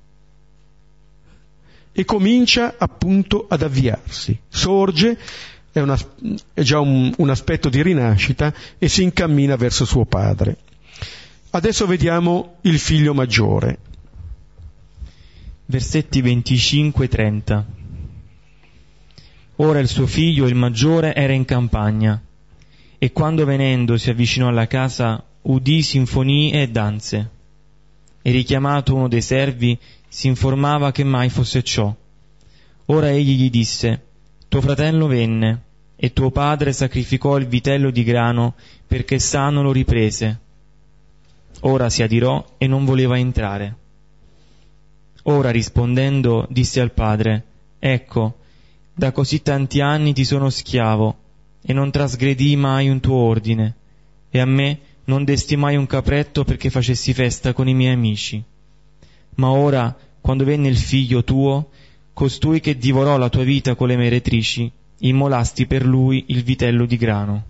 E comincia appunto ad avviarsi. Sorge, è già un aspetto di rinascita, e si incammina verso suo padre. Adesso vediamo il figlio maggiore. Versetti 25-30. Ora il suo figlio, il maggiore, era in campagna, e quando venendo si avvicinò alla casa udì sinfonie e danze. E richiamato uno dei servi, si informava che mai fosse ciò. Ora egli gli disse: tuo fratello venne, e tuo padre sacrificò il vitello di grano, perché sano lo riprese. Ora si adirò e non voleva entrare. Ora rispondendo disse al padre: ecco, da così tanti anni ti sono schiavo, e non trasgredii mai un tuo ordine, e a me non desti mai un capretto perché facessi festa con i miei amici. Ma ora, quando venne il figlio tuo, costui che divorò la tua vita con le meretrici, immolasti per lui il vitello di grano.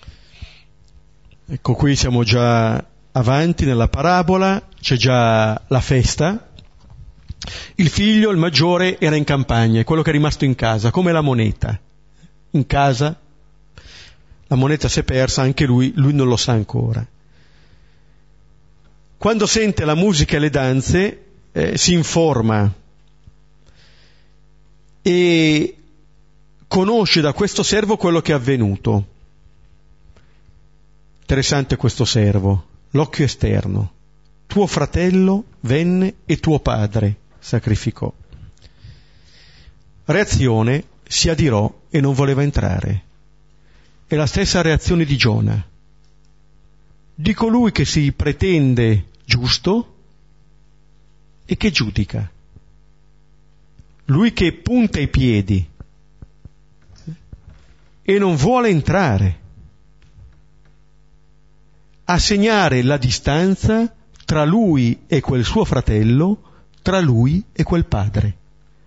Ecco, qui siamo già avanti nella parabola, c'è già la festa. Il figlio, il maggiore, era in campagna, è quello che è rimasto in casa, come la moneta. In casa la moneta si è persa, anche lui non lo sa ancora. Quando sente la musica e le danze, si informa e conosce da questo servo quello che è avvenuto. Interessante questo servo, l'occhio esterno. Tuo fratello venne e tuo padre sacrificò. Reazione: si adirò e non voleva entrare. È la stessa reazione di Giona, di colui che si pretende giusto e che giudica, lui che punta i piedi. e non vuole entrare a segnare la distanza tra lui e quel suo fratello, tra lui e quel padre.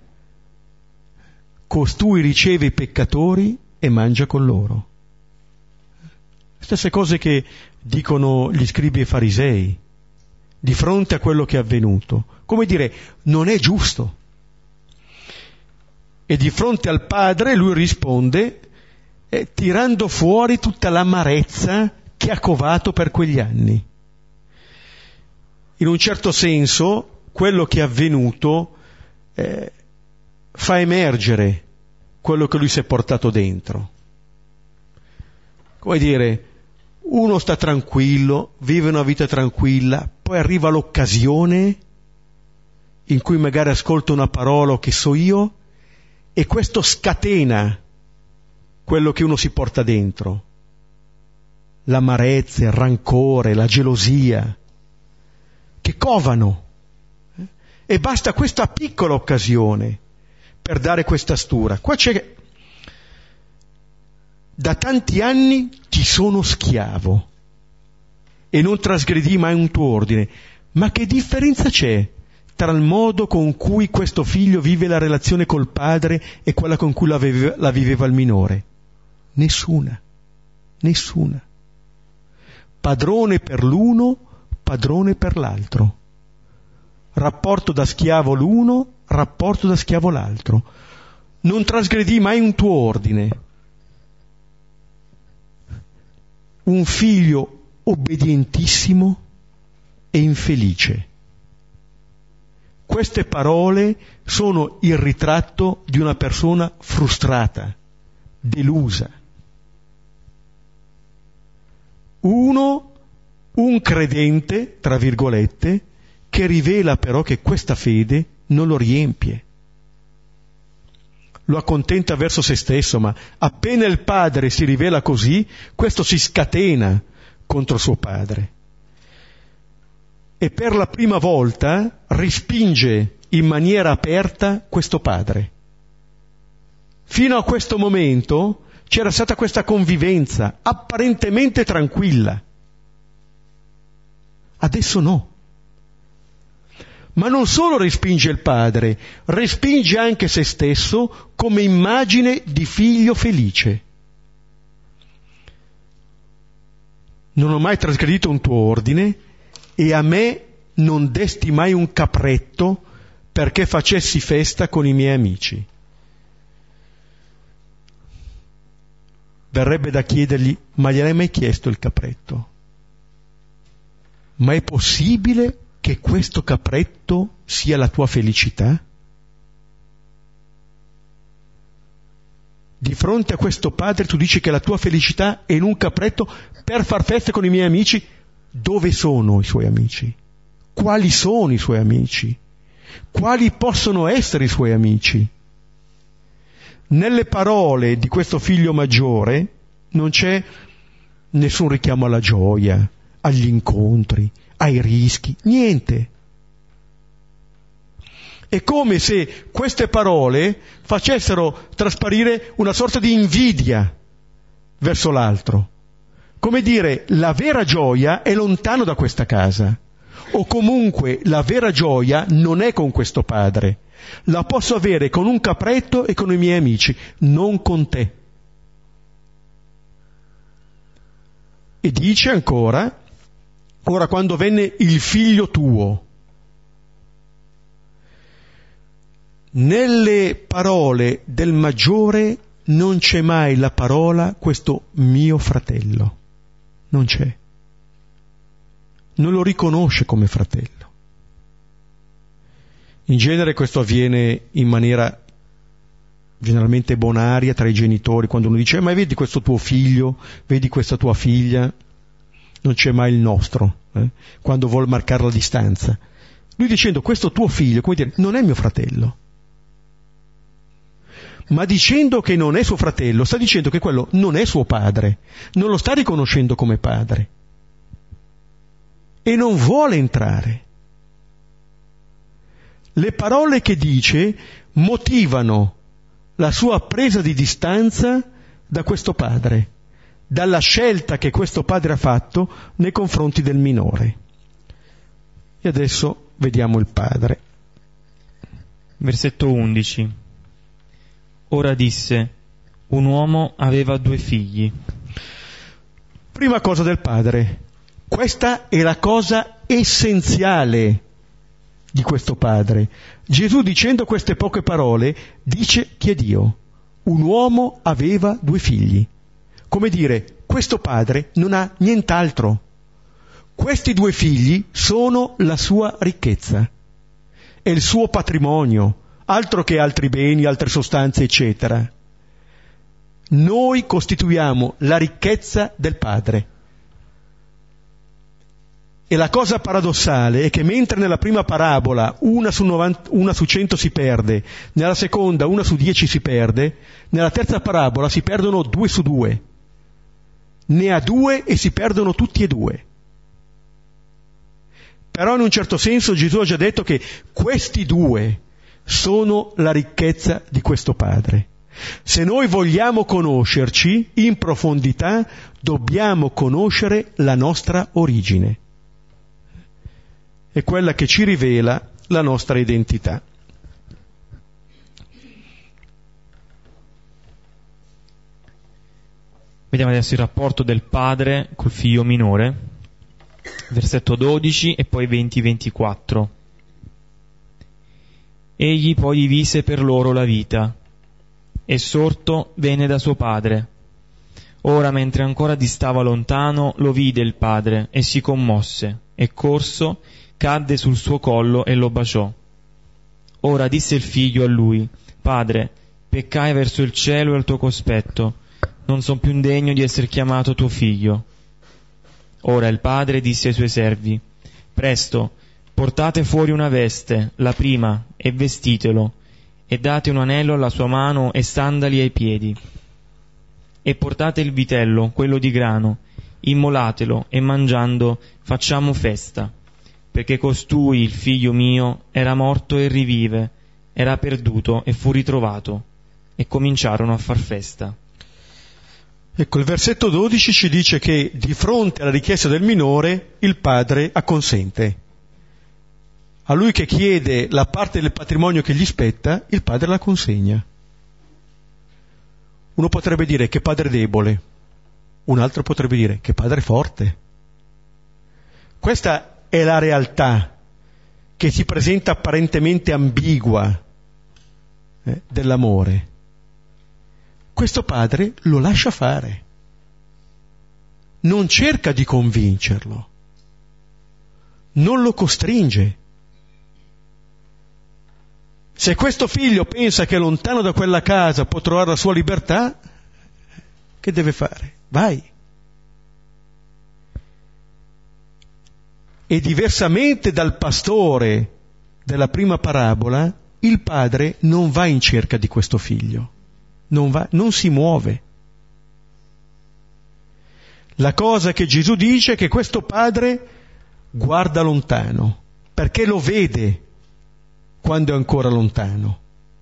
Costui riceve i peccatori e mangia con loro. Stesse cose che dicono gli scribi e farisei di fronte a quello che è avvenuto. Come dire, non è giusto. E di fronte al padre lui risponde tirando fuori tutta l'amarezza che ha covato per quegli anni. In un certo senso, quello che è avvenuto fa emergere quello che lui si è portato dentro. Come dire, uno sta tranquillo, vive una vita tranquilla, poi arriva l'occasione in cui magari ascolta una parola o che so io, e questo scatena quello che uno si porta dentro. L'amarezza, il rancore, la gelosia, che covano. E basta questa piccola occasione per dare questa stura. Qua c'è: da tanti anni ti sono schiavo e non trasgredì mai un tuo ordine. Ma che differenza c'è tra il modo con cui questo figlio vive la relazione col padre e quella con cui la viveva il minore? Nessuna. Padrone per l'uno, padrone per l'altro. Rapporto da schiavo l'uno, rapporto da schiavo l'altro. Non trasgredì mai un tuo ordine. Un figlio obbedientissimo e infelice. Queste parole sono il ritratto di una persona frustrata, delusa. Un credente, tra virgolette, che rivela però che questa fede non lo riempie. Lo accontenta verso se stesso, ma appena il padre si rivela così, questo si scatena contro suo padre. E per la prima volta respinge in maniera aperta questo padre. Fino a questo momento c'era stata questa convivenza apparentemente tranquilla. Adesso no. Ma non solo respinge il padre, respinge anche se stesso come immagine di figlio felice. Non ho mai trasgredito un tuo ordine e a me non desti mai un capretto perché facessi festa con i miei amici. Verrebbe da chiedergli: ma gliel'hai mai chiesto il capretto? Ma è possibile che questo capretto sia la tua felicità? Di fronte a questo padre tu dici che la tua felicità è in un capretto per far festa con i miei amici? Dove sono i suoi amici? Quali sono i suoi amici? Quali possono essere i suoi amici? Nelle parole di questo figlio maggiore non c'è nessun richiamo alla gioia, agli incontri, ai rischi, niente. È come se queste parole facessero trasparire una sorta di invidia verso l'altro. Come dire, la vera gioia è lontano da questa casa, o comunque la vera gioia non è con questo padre. La posso avere con un capretto e con i miei amici, non con te. E dice ancora: ora quando venne il figlio tuo. Nelle parole del maggiore non c'è mai la parola questo mio fratello. Non c'è. Non lo riconosce come fratello. In genere questo avviene in maniera generalmente bonaria tra i genitori, quando uno dice: ma vedi questo tuo figlio, vedi questa tua figlia, non c'è mai il nostro, quando vuol marcare la distanza. Lui dicendo questo tuo figlio, come dire, non è mio fratello. Ma dicendo che non è suo fratello, sta dicendo che quello non è suo padre, non lo sta riconoscendo come padre. E non vuole entrare. Le parole che dice motivano la sua presa di distanza da questo padre, dalla scelta che questo padre ha fatto nei confronti del minore. E adesso vediamo il padre. Versetto 11. Ora disse: un uomo aveva 2 figli. Prima cosa del padre. Questa è la cosa essenziale di questo padre. Gesù, dicendo queste poche parole, dice chi è Dio. Un uomo aveva 2 figli. Come dire, questo padre non ha nient'altro. Questi 2 figli sono la sua ricchezza, è il suo patrimonio, altro che altri beni, altre sostanze, eccetera. Noi costituiamo la ricchezza del padre. E la cosa paradossale è che mentre nella prima parabola una su 100 si perde, nella seconda 1 su 10 si perde, nella terza parabola si perdono 2 su 2. Ne ha 2 e si perdono tutti e 2. Però in un certo senso Gesù ha già detto che questi 2 sono la ricchezza di questo Padre. Se noi vogliamo conoscerci in profondità, dobbiamo conoscere la nostra origine. È quella che ci rivela la nostra identità. Vediamo adesso il rapporto del padre col figlio minore, versetto 12 e poi 20-24. Egli poi divise per loro la vita, e sorto venne da suo padre. Ora, mentre ancora distava lontano, lo vide il padre e si commosse, e corso, cadde sul suo collo e lo baciò. Ora disse il figlio a lui: Padre, peccai verso il cielo e al tuo cospetto, non son più degno di essere chiamato tuo figlio. Ora il padre disse ai suoi servi: Presto, portate fuori una veste, la prima, e vestitelo, e date un anello alla sua mano e sandali ai piedi. E portate il vitello, quello di grano, immolatelo, e mangiando facciamo festa, perché costui, il figlio mio, era morto e rivive, era perduto e fu ritrovato. E cominciarono a far festa. Ecco, il versetto 12 ci dice che di fronte alla richiesta del minore il padre acconsente. A lui che chiede la parte del patrimonio che gli spetta, il padre la consegna. Uno potrebbe dire che padre debole, un altro potrebbe dire che padre forte. Questa è la realtà che si presenta apparentemente ambigua dell'amore. Questo padre lo lascia fare, non cerca di convincerlo, non lo costringe. Se questo figlio pensa che lontano da quella casa può trovare la sua libertà, che deve fare? Vai. E diversamente dal pastore della prima parabola, il padre non va in cerca di questo figlio. Non si muove. La cosa che Gesù dice è che questo padre guarda lontano, perché lo vede quando è ancora lontano.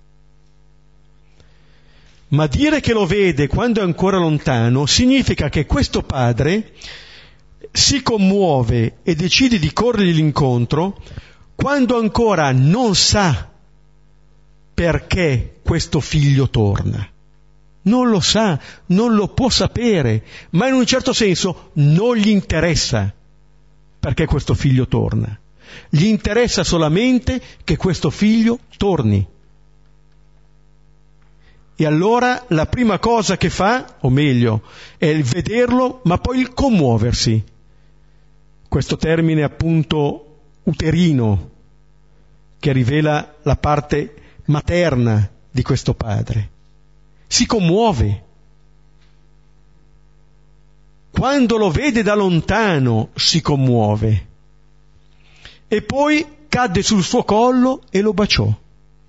Ma dire che lo vede quando è ancora lontano significa che questo padre si commuove e decide di corrergli incontro quando ancora non sa perché questo figlio torna. Non lo sa, non lo può sapere, ma in un certo senso non gli interessa perché questo figlio torna. Gli interessa solamente che questo figlio torni. E allora la prima cosa che fa, o meglio, è il vederlo, ma poi il commuoversi. Questo termine appunto uterino, che rivela la parte materna di questo padre. Si commuove. Quando lo vede da lontano si commuove. E poi cadde sul suo collo e lo baciò.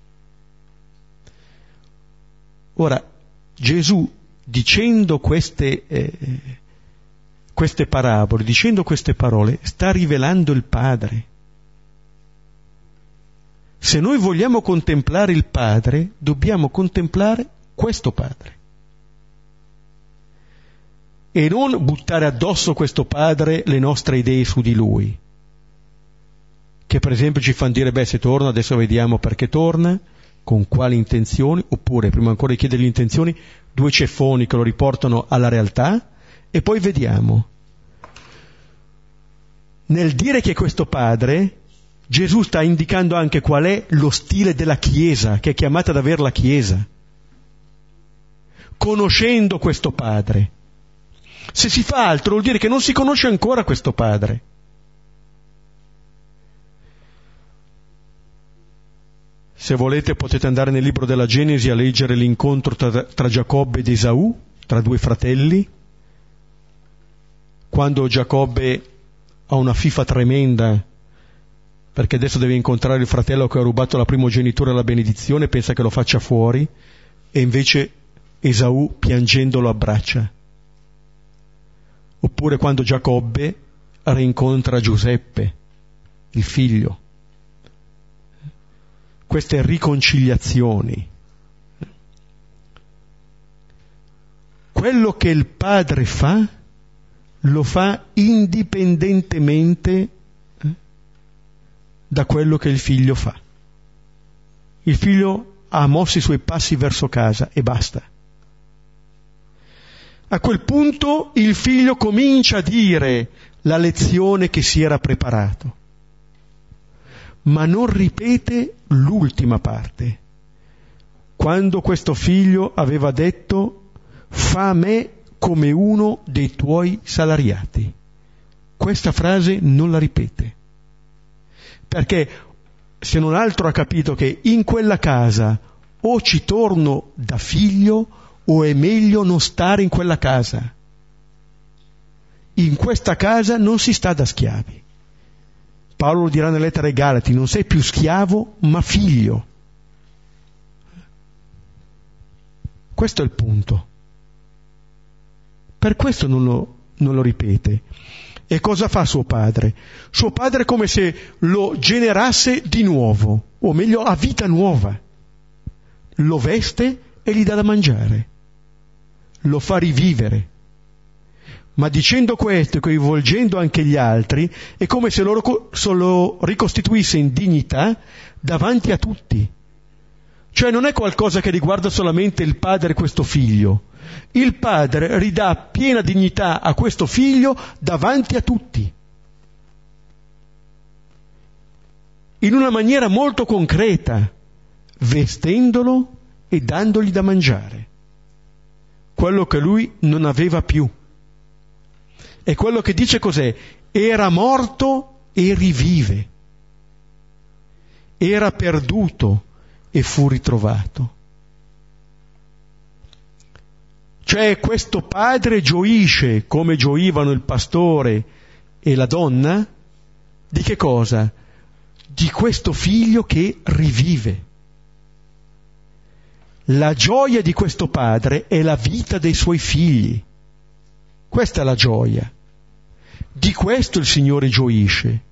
Ora, Gesù, dicendo queste parabole, dicendo queste parole, sta rivelando il Padre. Se noi vogliamo contemplare il Padre, dobbiamo contemplare questo Padre. e non buttare addosso a questo padre le nostre idee su di lui, che per esempio ci fanno dire: beh, se torna adesso vediamo perché torna, con quali intenzioni, oppure prima ancora di chiedere le intenzioni, 2 ceffoni che lo riportano alla realtà e poi vediamo. Nel dire che questo padre, Gesù sta indicando anche qual è lo stile della Chiesa, che è chiamata ad avere la Chiesa. Conoscendo questo padre. Se si fa altro vuol dire che non si conosce ancora questo padre. Se volete potete andare nel libro della Genesi a leggere l'incontro tra Giacobbe ed Esaù, tra 2 fratelli, quando Giacobbe ha una fifa tremenda perché adesso deve incontrare il fratello che ha rubato la primogenitura e la benedizione, pensa che lo faccia fuori, e invece Esaù piangendo lo abbraccia. Oppure quando Giacobbe rincontra Giuseppe, il figlio. Queste riconciliazioni. Quello che il padre fa, lo fa indipendentemente da quello che il figlio fa. Il figlio ha mosso i suoi passi verso casa e basta. A quel punto il figlio comincia a dire la lezione che si era preparato, ma non ripete l'ultima parte. Quando questo figlio aveva detto: fa a me come uno dei tuoi salariati. Questa frase non la ripete, perché se non altro ha capito che in quella casa o ci torno da figlio o è meglio non stare in quella casa. In questa casa non si sta da schiavi. Paolo lo dirà nella lettera ai Galati: non sei più schiavo ma figlio. Questo è il punto. Per questo non lo ripete. E cosa fa suo padre? Suo padre è come se lo generasse di nuovo, o meglio a vita nuova. Lo veste e gli dà da mangiare. Lo fa rivivere. Ma dicendo questo e coinvolgendo anche gli altri, è come se lo ricostituisse in dignità davanti a tutti. Cioè non è qualcosa che riguarda solamente il padre e questo figlio. Il padre ridà piena dignità a questo figlio davanti a tutti. In una maniera molto concreta, vestendolo e dandogli da mangiare. Quello che lui non aveva più. E quello che dice cos'è? Era morto e rivive. Era perduto e fu ritrovato. Cioè questo padre gioisce come gioivano il pastore e la donna, di che cosa? Di questo figlio che rivive. La gioia di questo padre è la vita dei suoi figli. Questa è la gioia. Di questo il Signore gioisce.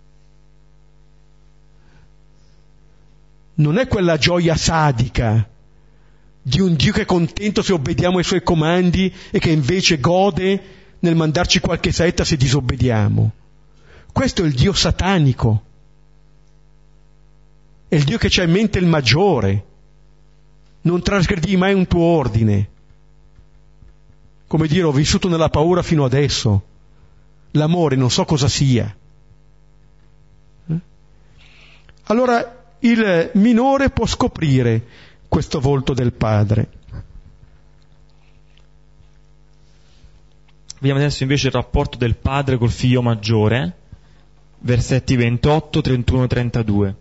Non è quella gioia sadica di un Dio che è contento se obbediamo ai Suoi comandi e che invece gode nel mandarci qualche saetta se disobbediamo. Questo è il Dio satanico. È il Dio che c'ha in mente il maggiore. Non trasgredì mai un tuo ordine. Come dire, ho vissuto nella paura fino adesso. L'amore non so cosa sia. Allora il minore può scoprire questo volto del padre. Vediamo adesso invece il rapporto del padre col figlio maggiore, versetti 28, 31, 32.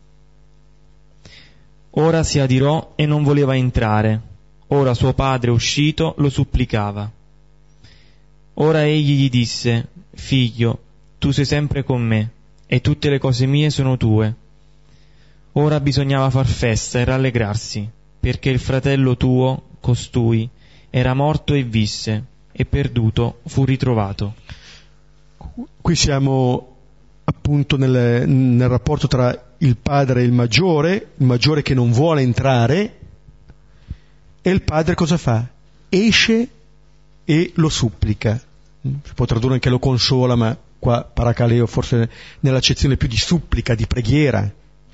Ora si adirò e non voleva entrare. Ora suo padre uscito lo supplicava. Ora egli gli disse: figlio, tu sei sempre con me e tutte le cose mie sono tue. Ora bisognava far festa e rallegrarsi, perché il fratello tuo, costui, era morto e visse, e perduto fu ritrovato. Qui siamo appunto nel rapporto tra il padre e il maggiore che non vuole entrare, e il padre cosa fa? Esce e lo supplica. Si può tradurre anche lo consola, ma qua paracaleo forse nell'accezione più di supplica, di preghiera.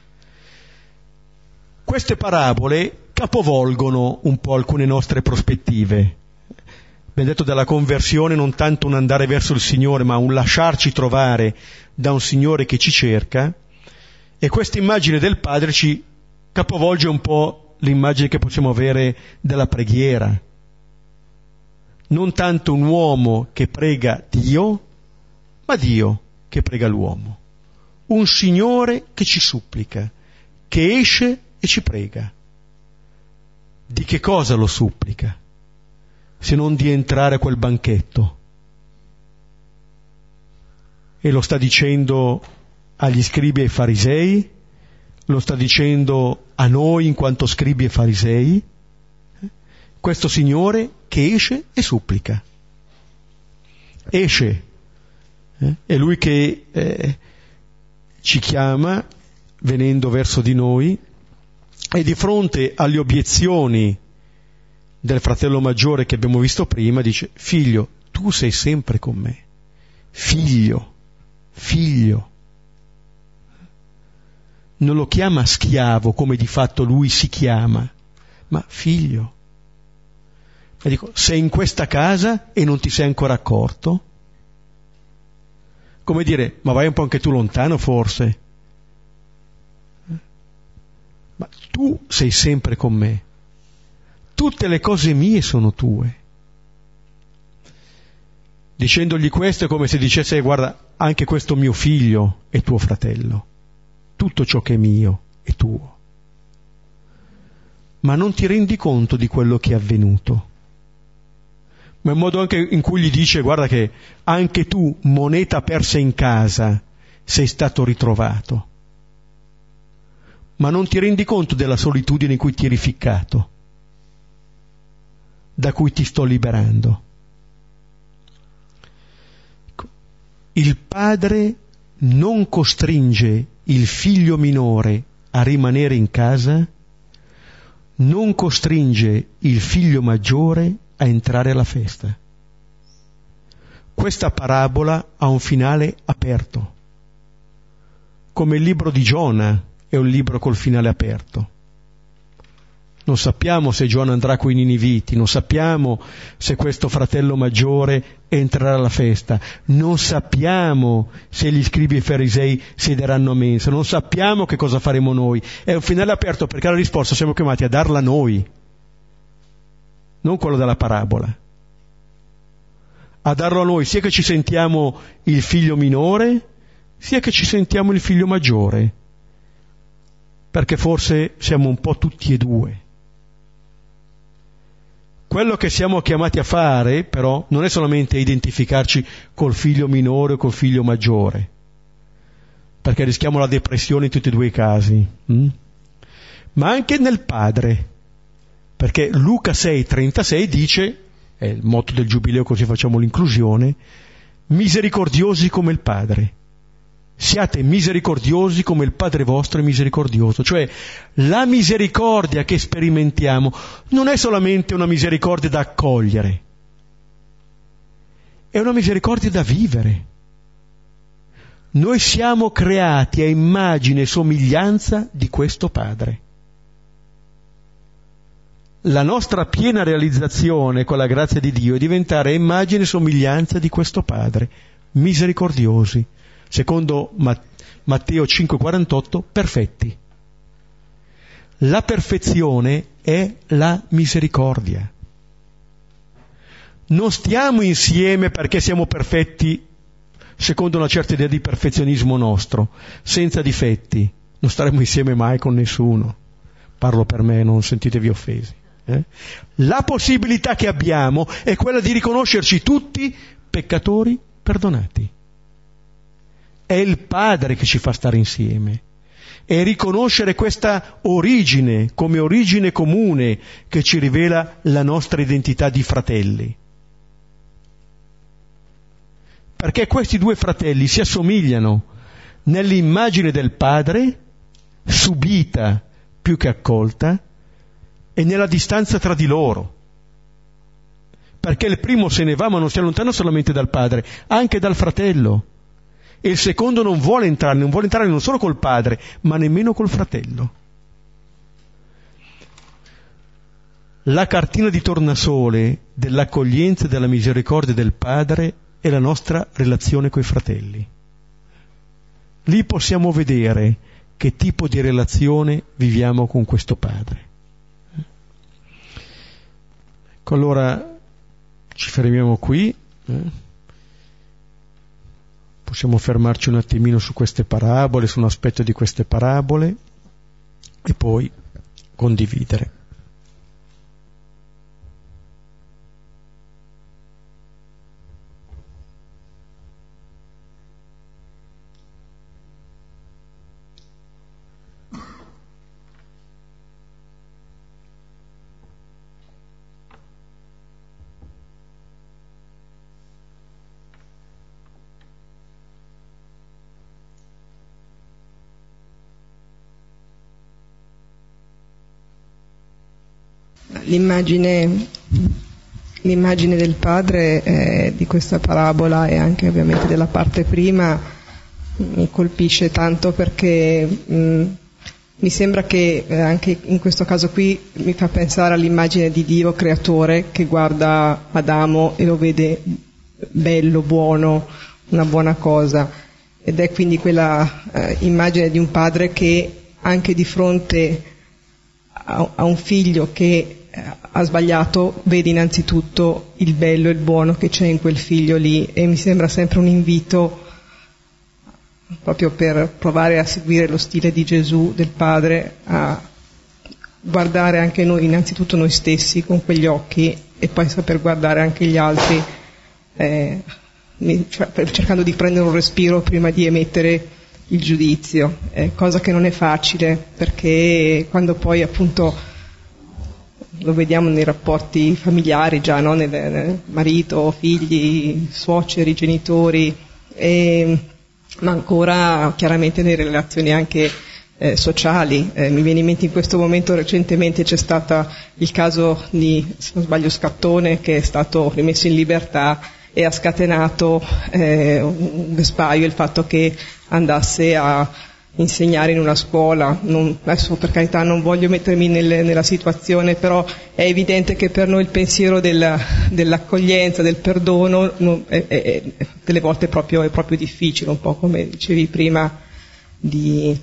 Queste parabole capovolgono un po' alcune nostre prospettive. Abbiamo detto della conversione non tanto un andare verso il Signore, ma un lasciarci trovare da un Signore che ci cerca, e questa immagine del Padre ci capovolge un po' l'immagine che possiamo avere della preghiera. Non tanto un uomo che prega Dio, ma Dio che prega l'uomo. Un Signore che ci supplica, che esce e ci prega. Di che cosa lo supplica? Se non di entrare a quel banchetto. E lo sta dicendo agli scribi e ai farisei, lo sta dicendo a noi in quanto scribi e farisei, questo Signore che esce e supplica. Esce, è Lui che ci chiama venendo verso di noi, e di fronte alle obiezioni del fratello maggiore che abbiamo visto prima dice: figlio, tu sei sempre con me. Figlio. Non lo chiama schiavo come di fatto lui si chiama, ma figlio. E dico, sei in questa casa e non ti sei ancora accorto? Come dire, ma vai un po' anche tu lontano forse? Ma tu sei sempre con me. Tutte le cose mie sono tue. Dicendogli questo è come se dicesse: guarda, anche questo mio figlio è tuo fratello. Tutto ciò che è mio è tuo. Ma non ti rendi conto di quello che è avvenuto. Ma è un modo anche in cui gli dice: guarda che anche tu, moneta persa in casa, sei stato ritrovato. Ma non ti rendi conto della solitudine in cui ti eri ficcato, da cui ti sto liberando. Il padre non costringe il figlio minore a rimanere in casa, non costringe il figlio maggiore a entrare alla festa. Questa parabola ha un finale aperto, come il libro di Giona è un libro col finale aperto. Non sappiamo se Giona andrà coi Niniviti, non sappiamo se questo fratello maggiore entrerà alla festa, non sappiamo se gli scribi e i farisei siederanno a mensa, non sappiamo che cosa faremo noi. È un finale aperto perché la risposta siamo chiamati a darla noi, non quello della parabola. A darlo a noi, sia che ci sentiamo il figlio minore, sia che ci sentiamo il figlio maggiore, perché forse siamo un po' tutti e due. Quello che siamo chiamati a fare, però, non è solamente identificarci col figlio minore o col figlio maggiore, perché rischiamo la depressione in tutti e due i casi, ma anche nel padre, perché Luca 6,36 dice, è il motto del Giubileo, così facciamo l'inclusione: misericordiosi come il Padre. Siate misericordiosi come il Padre vostro è misericordioso. Cioè, la misericordia che sperimentiamo non è solamente una misericordia da accogliere, è una misericordia da vivere. Noi siamo creati a immagine e somiglianza di questo Padre. La nostra piena realizzazione con la grazia di Dio è diventare immagine e somiglianza di questo Padre, misericordiosi. Secondo Matteo 5,48, perfetti. La perfezione è la misericordia. Non stiamo insieme perché siamo perfetti secondo una certa idea di perfezionismo nostro, senza difetti. Non staremo insieme mai con nessuno. Parlo per me, non sentitevi offesi. La possibilità che abbiamo è quella di riconoscerci tutti peccatori perdonati. È il Padre che ci fa stare insieme, e riconoscere questa origine come origine comune che ci rivela la nostra identità di fratelli. Perché questi due fratelli si assomigliano nell'immagine del Padre, subita più che accolta, e nella distanza tra di loro. perché il primo se ne va ma non si allontana solamente dal padre, anche dal fratello. E il secondo non vuole entrare non solo col padre, ma nemmeno col fratello. La cartina di tornasole dell'accoglienza e della misericordia del padre è la nostra relazione coi fratelli. Lì possiamo vedere che tipo di relazione viviamo con questo padre. Ecco, allora ci fermiamo qui. Possiamo fermarci un attimino su queste parabole, su un aspetto di queste parabole e poi condividere. L'immagine del padre di questa parabola e anche ovviamente della parte prima mi colpisce tanto perché mi sembra che anche in questo caso qui mi fa pensare all'immagine di Dio creatore che guarda Adamo e lo vede bello, buono, una buona cosa, ed è quindi quella immagine di un padre che anche di fronte a un figlio che ha sbagliato vede innanzitutto il bello e il buono che c'è in quel figlio lì, e mi sembra sempre un invito proprio per provare a seguire lo stile di Gesù, del Padre, a guardare anche noi, innanzitutto noi stessi con quegli occhi e poi saper guardare anche gli altri, cercando di prendere un respiro prima di emettere il giudizio, cosa che non è facile, perché quando poi appunto lo vediamo nei rapporti familiari già, no? Nel marito, figli, suoceri, genitori, ma ancora chiaramente nelle relazioni anche sociali. Mi viene in mente in questo momento recentemente c'è stato il caso di, se non sbaglio, Scattone, che è stato rimesso in libertà e ha scatenato un vespaio il fatto che andasse a insegnare in una scuola. Adesso per carità non voglio mettermi nella situazione, però è evidente che per noi il pensiero dell'accoglienza, del perdono è delle volte è proprio difficile, un po' come dicevi prima di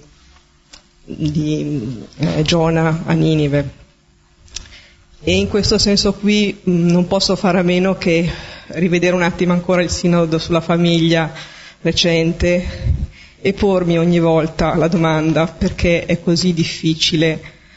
Giona a Ninive. E in questo senso qui non posso fare a meno che rivedere un attimo ancora il sinodo sulla famiglia recente e pormi ogni volta la domanda: perché è così difficile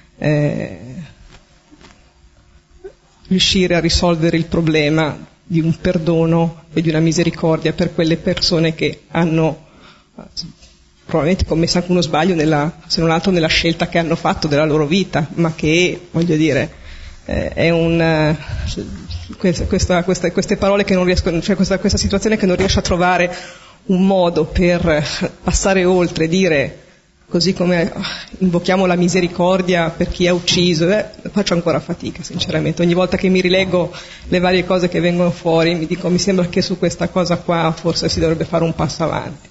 riuscire a risolvere il problema di un perdono e di una misericordia per quelle persone che hanno probabilmente commesso anche uno sbaglio se non altro nella scelta che hanno fatto della loro vita, ma che, voglio dire, è queste parole che non riescono, cioè questa situazione che non riesce a trovare un modo per passare oltre, dire, così come invochiamo la misericordia per chi ha ucciso, faccio ancora fatica sinceramente. Ogni volta che mi rileggo le varie cose che vengono fuori mi sembra che su questa cosa qua forse si dovrebbe fare un passo avanti.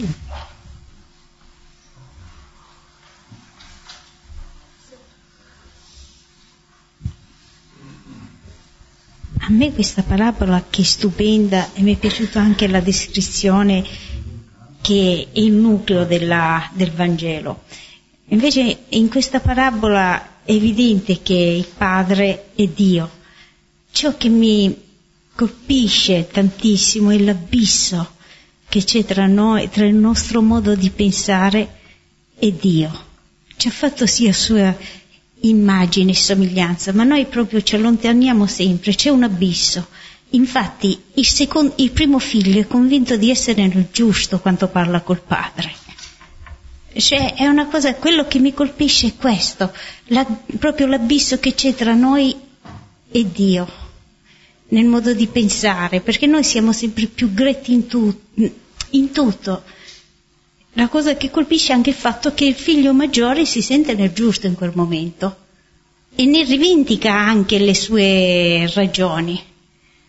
A me questa parabola che è stupenda, e mi è piaciuta anche la descrizione che è il nucleo del Vangelo. Invece in questa parabola è evidente che il Padre è Dio. Ciò che mi colpisce tantissimo è l'abisso che c'è tra noi, tra il nostro modo di pensare e Dio. Ci ha fatto sia sua immagine e somiglianza, ma noi proprio ci allontaniamo sempre, c'è un abisso. Infatti il primo figlio è convinto di essere nel giusto quando parla col padre. Cioè è una cosa, quello che mi colpisce è questo, proprio l'abisso che c'è tra noi e Dio nel modo di pensare, perché noi siamo sempre più gretti in tutto. La cosa che colpisce è anche il fatto che il figlio maggiore si sente nel giusto in quel momento e ne rivendica anche le sue ragioni.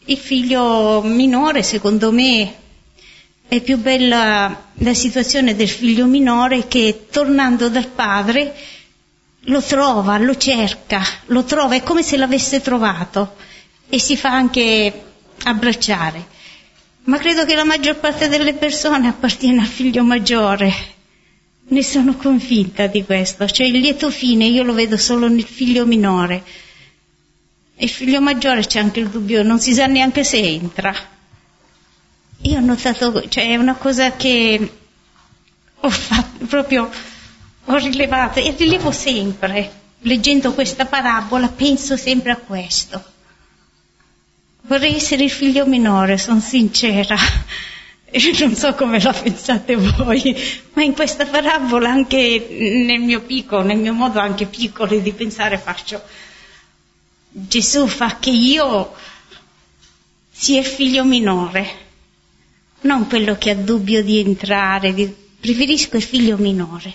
il figlio minore, secondo me, è più bella la situazione del figlio minore che, tornando dal padre, lo trova, lo cerca, lo trova, è come se l'avesse trovato e si fa anche abbracciare. Ma credo che la maggior parte delle persone appartiene al figlio maggiore. Ne sono convinta di questo. Cioè il lieto fine io lo vedo solo nel figlio minore. E il figlio maggiore c'è anche il dubbio, non si sa neanche se entra. Io ho notato, cioè è una cosa che ho fatto, proprio ho rilevato e rilevo sempre. Leggendo questa parabola penso sempre a questo. Vorrei essere il figlio minore, sono sincera. Non so come la pensate voi, ma in questa parabola, anche nel mio piccolo, nel mio modo anche piccolo di pensare, faccio: Gesù fa che io sia il figlio minore, non quello che ha dubbio di entrare, preferisco il figlio minore.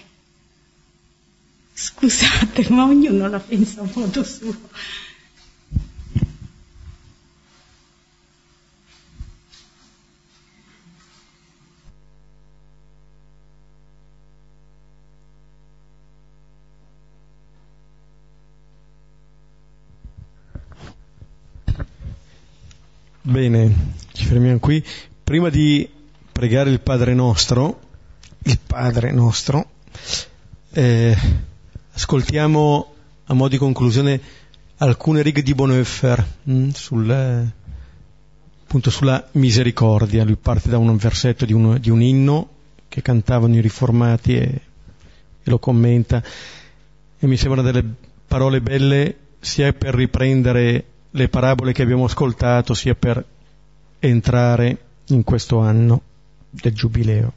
Scusate, ma ognuno la pensa a modo suo. Bene, ci fermiamo qui. Prima di pregare il Padre Nostro, ascoltiamo a mo' di conclusione alcune righe di Bonhoeffer appunto sulla misericordia. Lui parte da un versetto di un inno che cantavano i riformati e lo commenta, e mi sembrano delle parole belle sia per riprendere le parabole che abbiamo ascoltato, sia per entrare in questo anno del Giubileo.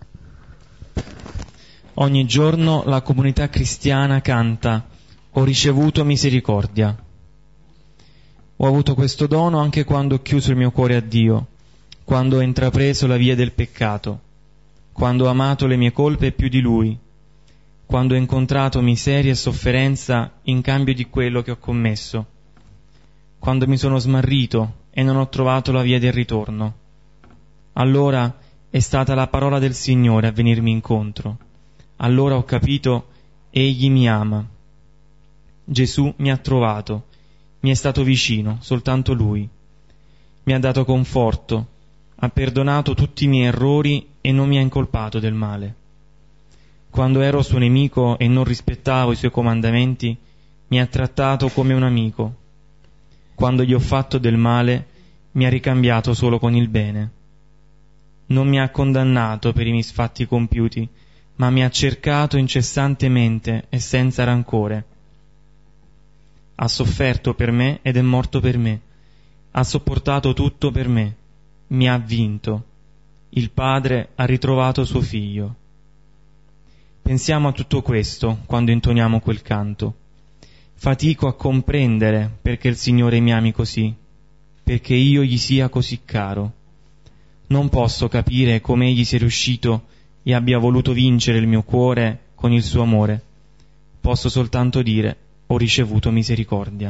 Ogni giorno la comunità cristiana canta: ho ricevuto misericordia. Ho avuto questo dono anche quando ho chiuso il mio cuore a Dio, quando ho intrapreso la via del peccato, quando ho amato le mie colpe più di Lui, quando ho incontrato miseria e sofferenza in cambio di quello che ho commesso, quando mi sono smarrito e non ho trovato la via del ritorno. Allora è stata la parola del Signore a venirmi incontro. Allora ho capito: Egli mi ama. Gesù mi ha trovato, mi è stato vicino, soltanto Lui. Mi ha dato conforto, ha perdonato tutti i miei errori e non mi ha incolpato del male. Quando ero suo nemico e non rispettavo i suoi comandamenti, mi ha trattato come un amico. Quando gli ho fatto del male, mi ha ricambiato solo con il bene. Non mi ha condannato per i misfatti compiuti, ma mi ha cercato incessantemente e senza rancore. Ha sofferto per me ed è morto per me. Ha sopportato tutto per me. Mi ha vinto. Il Padre ha ritrovato suo Figlio. Pensiamo a tutto questo quando intoniamo quel canto. Fatico a comprendere perché il Signore mi ami così, perché io gli sia così caro. Non posso capire come Egli sia riuscito e abbia voluto vincere il mio cuore con il suo amore. Posso soltanto dire: ho ricevuto misericordia.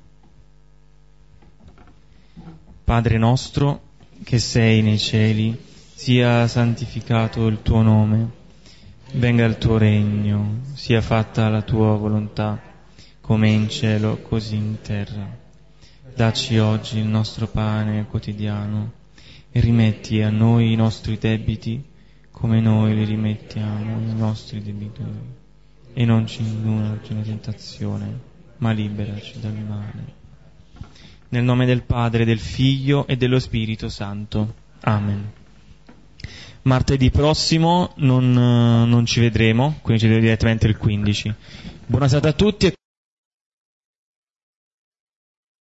Padre nostro, che sei nei cieli, sia santificato il tuo nome. Venga il tuo regno, sia fatta la tua volontà, come in cielo, così in terra. Dacci oggi il nostro pane quotidiano e rimetti a noi i nostri debiti, come noi li rimettiamo ai nostri debitori. E non ci indurci in tentazione, ma liberaci dal male. Nel nome del Padre, del Figlio e dello Spirito Santo. Amen. Martedì prossimo non ci vedremo, quindi ci vedremo direttamente il 15. Buona serata a tutti.